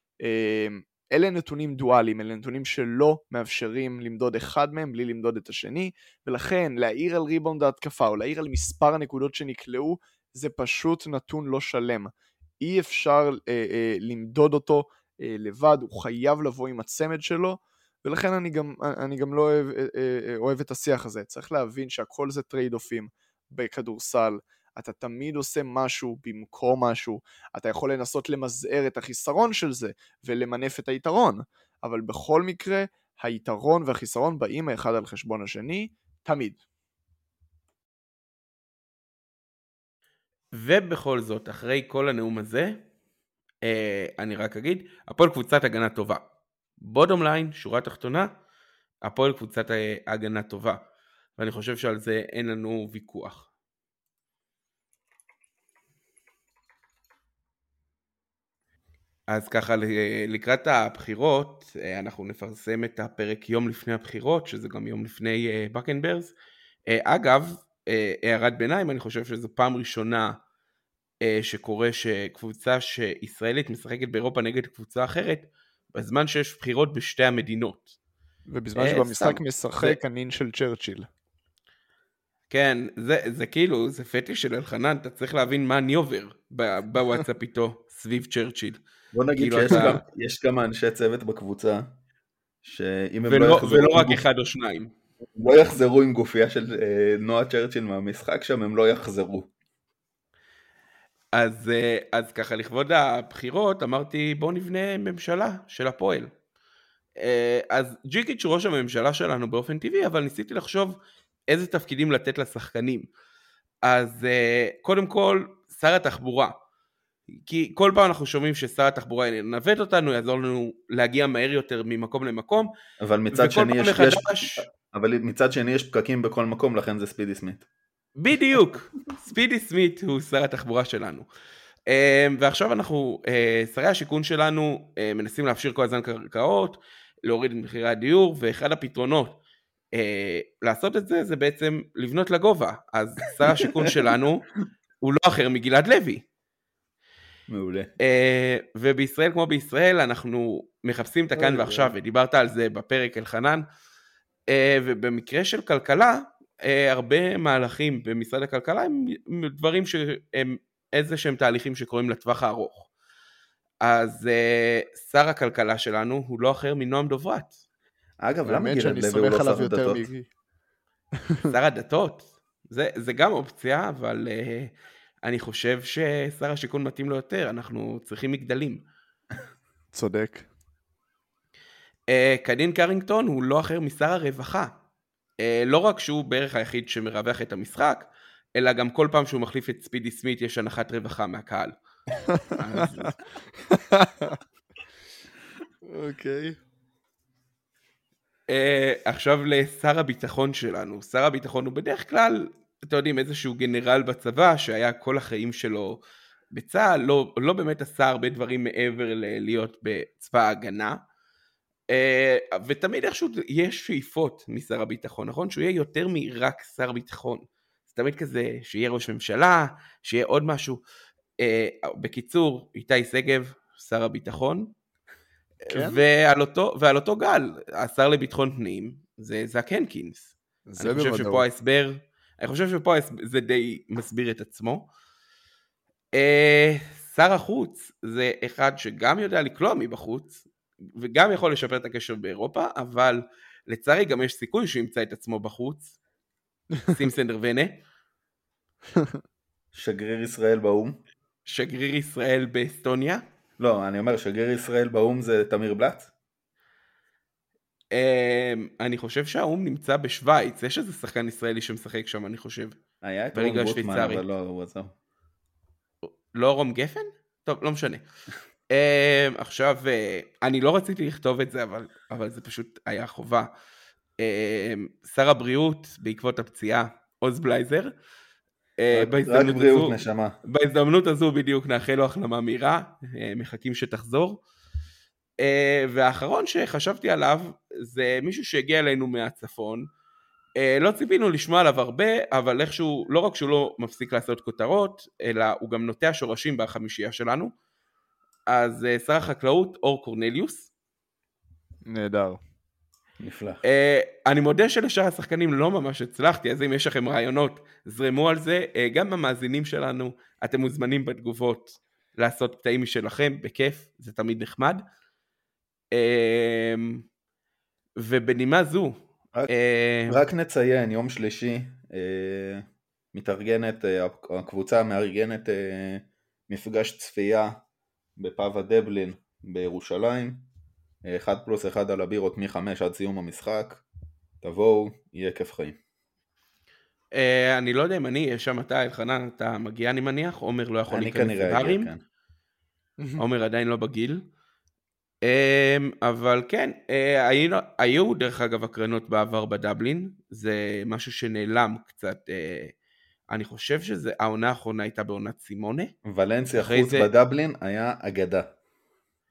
אלה נתונים דואליים, אלה נתונים שלא מאפשרים למדוד אחד מהם בלי למדוד את השני, ולכן להעיר על ריבאונד ההתקפה או להעיר על מספר הנקודות שנקלעו, זה פשוט נתון לא שלם. אי אפשר למדוד אותו לבד, הוא חייב לבוא עם הצמד שלו, ולכן אני גם לא אוהב את השיח הזה. צריך להבין שהכל זה טרייד אופים בכדורסל, אתה תמיד עושה משהו במקום משהו, אתה יכול לנסות למזער את החיסרון של זה, ולמנף את היתרון, אבל בכל מקרה, היתרון והחיסרון באים האחד על חשבון השני, תמיד. ובכל זאת, אחרי כל הנאום הזה, אני רק אגיד, הפועל קבוצת הגנה טובה. בוטום ליין, שורה תחתונה, הפועל קבוצת הגנה טובה. ואני חושב שעל זה אין לנו ויכוח. אז ככה לקראת הבחירות, אנחנו נפרסם את הפרק יום לפני הבחירות, שזה גם יום לפני בקנברס. אגב, הערת ביניים, אני חושב שזו פעם ראשונה שקורה שקבוצה שישראלית משחקת באירופה נגד קבוצה אחרת, בזמן שיש בחירות בשתי המדינות. ובזמן שבמשחק משחק הנין של צ'רצ'יל. כן, זה כאילו, זה פטיש של אלחנן, אתה צריך להבין מה אני עובר בוואטסאפ איתו סביב צ'רצ'יל. בוא נגיד שיש כמה אנשי צוות בקבוצה, שאם הם ולא רק אחד או שניים. לא יחזרו עם גופייה של נועה צ'רצ'יל מהמשחק שם, הם לא יחזרו. אז ככה לכבוד הבחירות אמרתי בוא נבנה ממשלה של הפועל. אז ג'יקיץ' הוא ראש הממשלה שלנו באופן טבעי, אבל ניסיתי לחשוב איזה תפקידים לתת לשחקנים. אז קודם כל שר התחבורה, כי כל פעם אנחנו שומעים ששר התחבורה ינווט אותנו, יעזור לנו להגיע מהר יותר ממקום למקום, אבל מצד שני יש פקקים בכל מקום, לכן זה ספידי סמית. בדיוק, ספידי סמית הוא שר התחבורה שלנו. ועכשיו אנחנו, שרי השיכון שלנו מנסים להפשיר כל הזמן קרקעות, להוריד את מחירי הדיור, ואחד הפתרונות לעשות את זה, זה בעצם לבנות לגובה. אז שר השיכון שלנו הוא לא אחר מגלעד לוי. מעולה. ובישראל כמו בישראל אנחנו מחפשים את הכאן ועכשיו, ודיברת על זה בפרק אלחנן, ובמקרה של כלכלה, הרבה מהלכים במשרד הכלכלה הם דברים שהם איזה שהם תהליכים שקורים לטווח הארוך. אז שר הכלכלה שלנו הוא לא אחר מנועם דוברת. אגב, למה גלעד לוי הוא לא שר הדתות? שר הדתות, זה גם אופציה, אבל אני חושב ששר השיכון מתאים לו יותר, אנחנו צריכים מגדלים. צודק. קדין קרינגטון הוא לא אחר משר הרווחה. לא רק שהוא בערך היחיד שמרווח את המשחק, אלא גם כל פעם שהוא מחליף את ספידי סמית יש הנחת רווחה מהקהל. אוקיי. עכשיו לשר הביטחון שלנו. שר הביטחון הוא בדרך כלל, אתם יודעים, איזשהו גנרל בצבא שהיה כל החיים שלו בצה"ל, לא באמת עשה הרבה דברים מעבר להיות בצבא ההגנה, ותמיד איכשהו יש שאיפות משר הביטחון, נכון? שהוא יהיה יותר מרק שר ביטחון. זה תמיד כזה שיהיה ראש ממשלה, שיהיה עוד משהו. בקיצור, איתי שגב, שר הביטחון, כן? ועל אותו גל, השר לביטחון פנים, זה זאק הנקינס. אני חושב שפה זה די מסביר את עצמו. שר החוץ זה אחד שגם יודע לקלוע מבחוץ, וגם יכול לשפר את הקשר באירופה, אבל לצערי גם יש סיכוי שהוא ימצא את עצמו בחוץ. סימסנדר ונה. שגריר ישראל באום. שגריר ישראל באסטוניה. לא, אני אומר שגריר ישראל באום זה תמיר בלץ? אני חושב שהאום נמצא בשוויץ, יש איזה שחקן ישראלי שמשחק שם, אני חושב. היה את רום גוטמן, אבל לא, הוא עזב. לא רום גפן? טוב, לא משנה. עכשיו, אני לא רציתי לכתוב את זה, אבל זה פשוט היה חובה. שר הבריאות, בעקבות הפציעה, עוז בלייזר, רק בריאות נשמה. בהזדמנות הזו בדיוק נאחל לו החלמה מהירה, מחכים שתחזור. והאחרון שחשבתי עליו, זה מישהו שהגיע אלינו מהצפון, לא ציפינו לשמוע עליו הרבה, אבל איכשהו, לא רק שהוא לא מפסיק לעשות כותרות, אלא הוא גם נוטע שורשים בחמישייה שלנו. אז שר החקלאות אור קורנליוס. נהדר. נפלא. אני מודה שלשאר השחקנים לא ממש הצלחתי, אז אם יש לכם רעיונות, זרמו על זה. גם המאזינים שלנו, אתם מוזמנים בתגובות לעשות קטעים משלכם, בכיף, זה תמיד נחמד. ובנימה זו, רק נציין, יום שלישי, מתארגנת, הקבוצה מארגנת מפגש צפייה בפאב הדבלין בירושלים, 1+1 על הבירות מ-5 עד סיום המשחק, תבואו, יהיה כיף חיים. אני לא יודע אם אני אהיה שם, אתה אלחנן, אתה מגיע אני מניח, עומר לא יכול להיכנס לברים, עומר עדיין לא בגיל, אבל כן, היו דרך אגב הקרנות בעבר בדבלין, זה משהו שנעלם קצת, אני חושב שזה העונה האחרונה הייתה בעונת סימונה. ולנסיה חוץ בדבלין היה אגדה.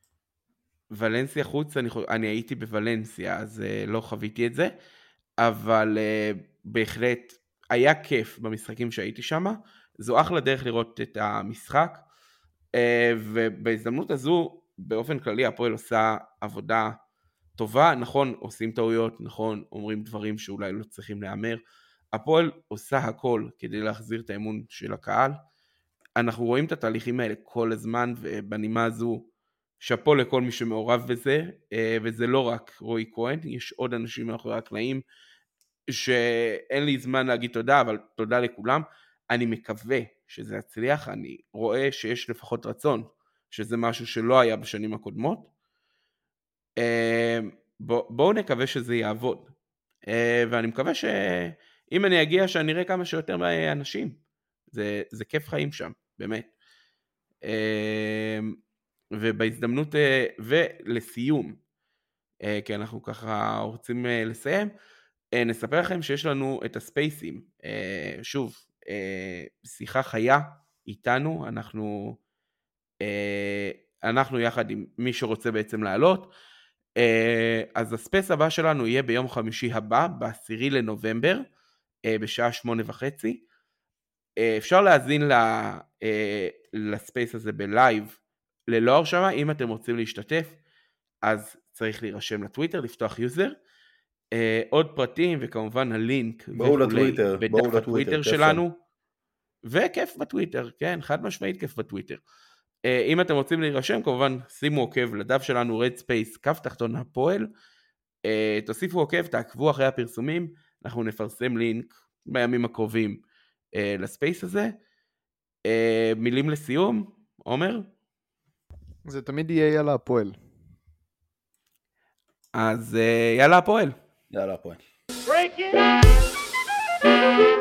ולנסיה חוץ, אני הייתי בוולנסיה, אז לא חוויתי את זה, אבל בהחלט היה כיף במשחקים שהייתי שם, זו אחלה דרך לראות את המשחק, ובהזדמנות הזו, באופן כללי, הפועל עושה עבודה טובה, נכון, עושים טעויות, נכון, אומרים דברים שאולי לא צריכים להיאמר, הפועל עושה הכל כדי להחזיר את האמון של הקהל, אנחנו רואים את התהליכים האלה כל הזמן, ובנימה הזו, שפו לכל מי שמעורב בזה, וזה לא רק רועי כהן, יש עוד אנשים מאחורי הקלעים, שאין לי זמן להגיד תודה, אבל תודה לכולם, אני מקווה שזה יצליח, אני רואה שיש לפחות רצון, שזה משהו שלא היה בשנים הקודמות, בואו נקווה שזה יעבוד, ואני מקווה שאם אני אגיע שאני אראה כמה שיותר אנשים, זה כיף חיים שם, באמת. ובהזדמנות, ולסיום, כי אנחנו ככה רוצים לסיים, נספר לכם שיש לנו את הספייסים, שוב, שיחה חיה איתנו, אנחנו יחד עם מי שרוצה בעצם לעלות, אז הספייס הבא שלנו יהיה ביום חמישי הבא, ב10 לנובמבר, בשעה 8:30, אפשר להזין לספייס הזה בלייב, ללא הרשמה, אם אתם רוצים להשתתף, אז צריך להירשם לטוויטר, לפתוח יוזר, עוד פרטים וכמובן הלינק בואו לטוויטר, בדף הטוויטר שלנו, וכיף בטוויטר, כן, חד משמעית כיף בטוויטר. אם אתם רוצים להירשם, כמובן שימו עוקב לדף שלנו, רד ספייס, כף תחתון הפועל, תוסיפו עוקב, תעקבו אחרי הפרסומים, אנחנו נפרסם לינק בימים הקרובים לספייס הזה. מילים לסיום, עומר? זה תמיד יהיה יאללה הפועל. אז יאללה הפועל. יאללה הפועל. Break it!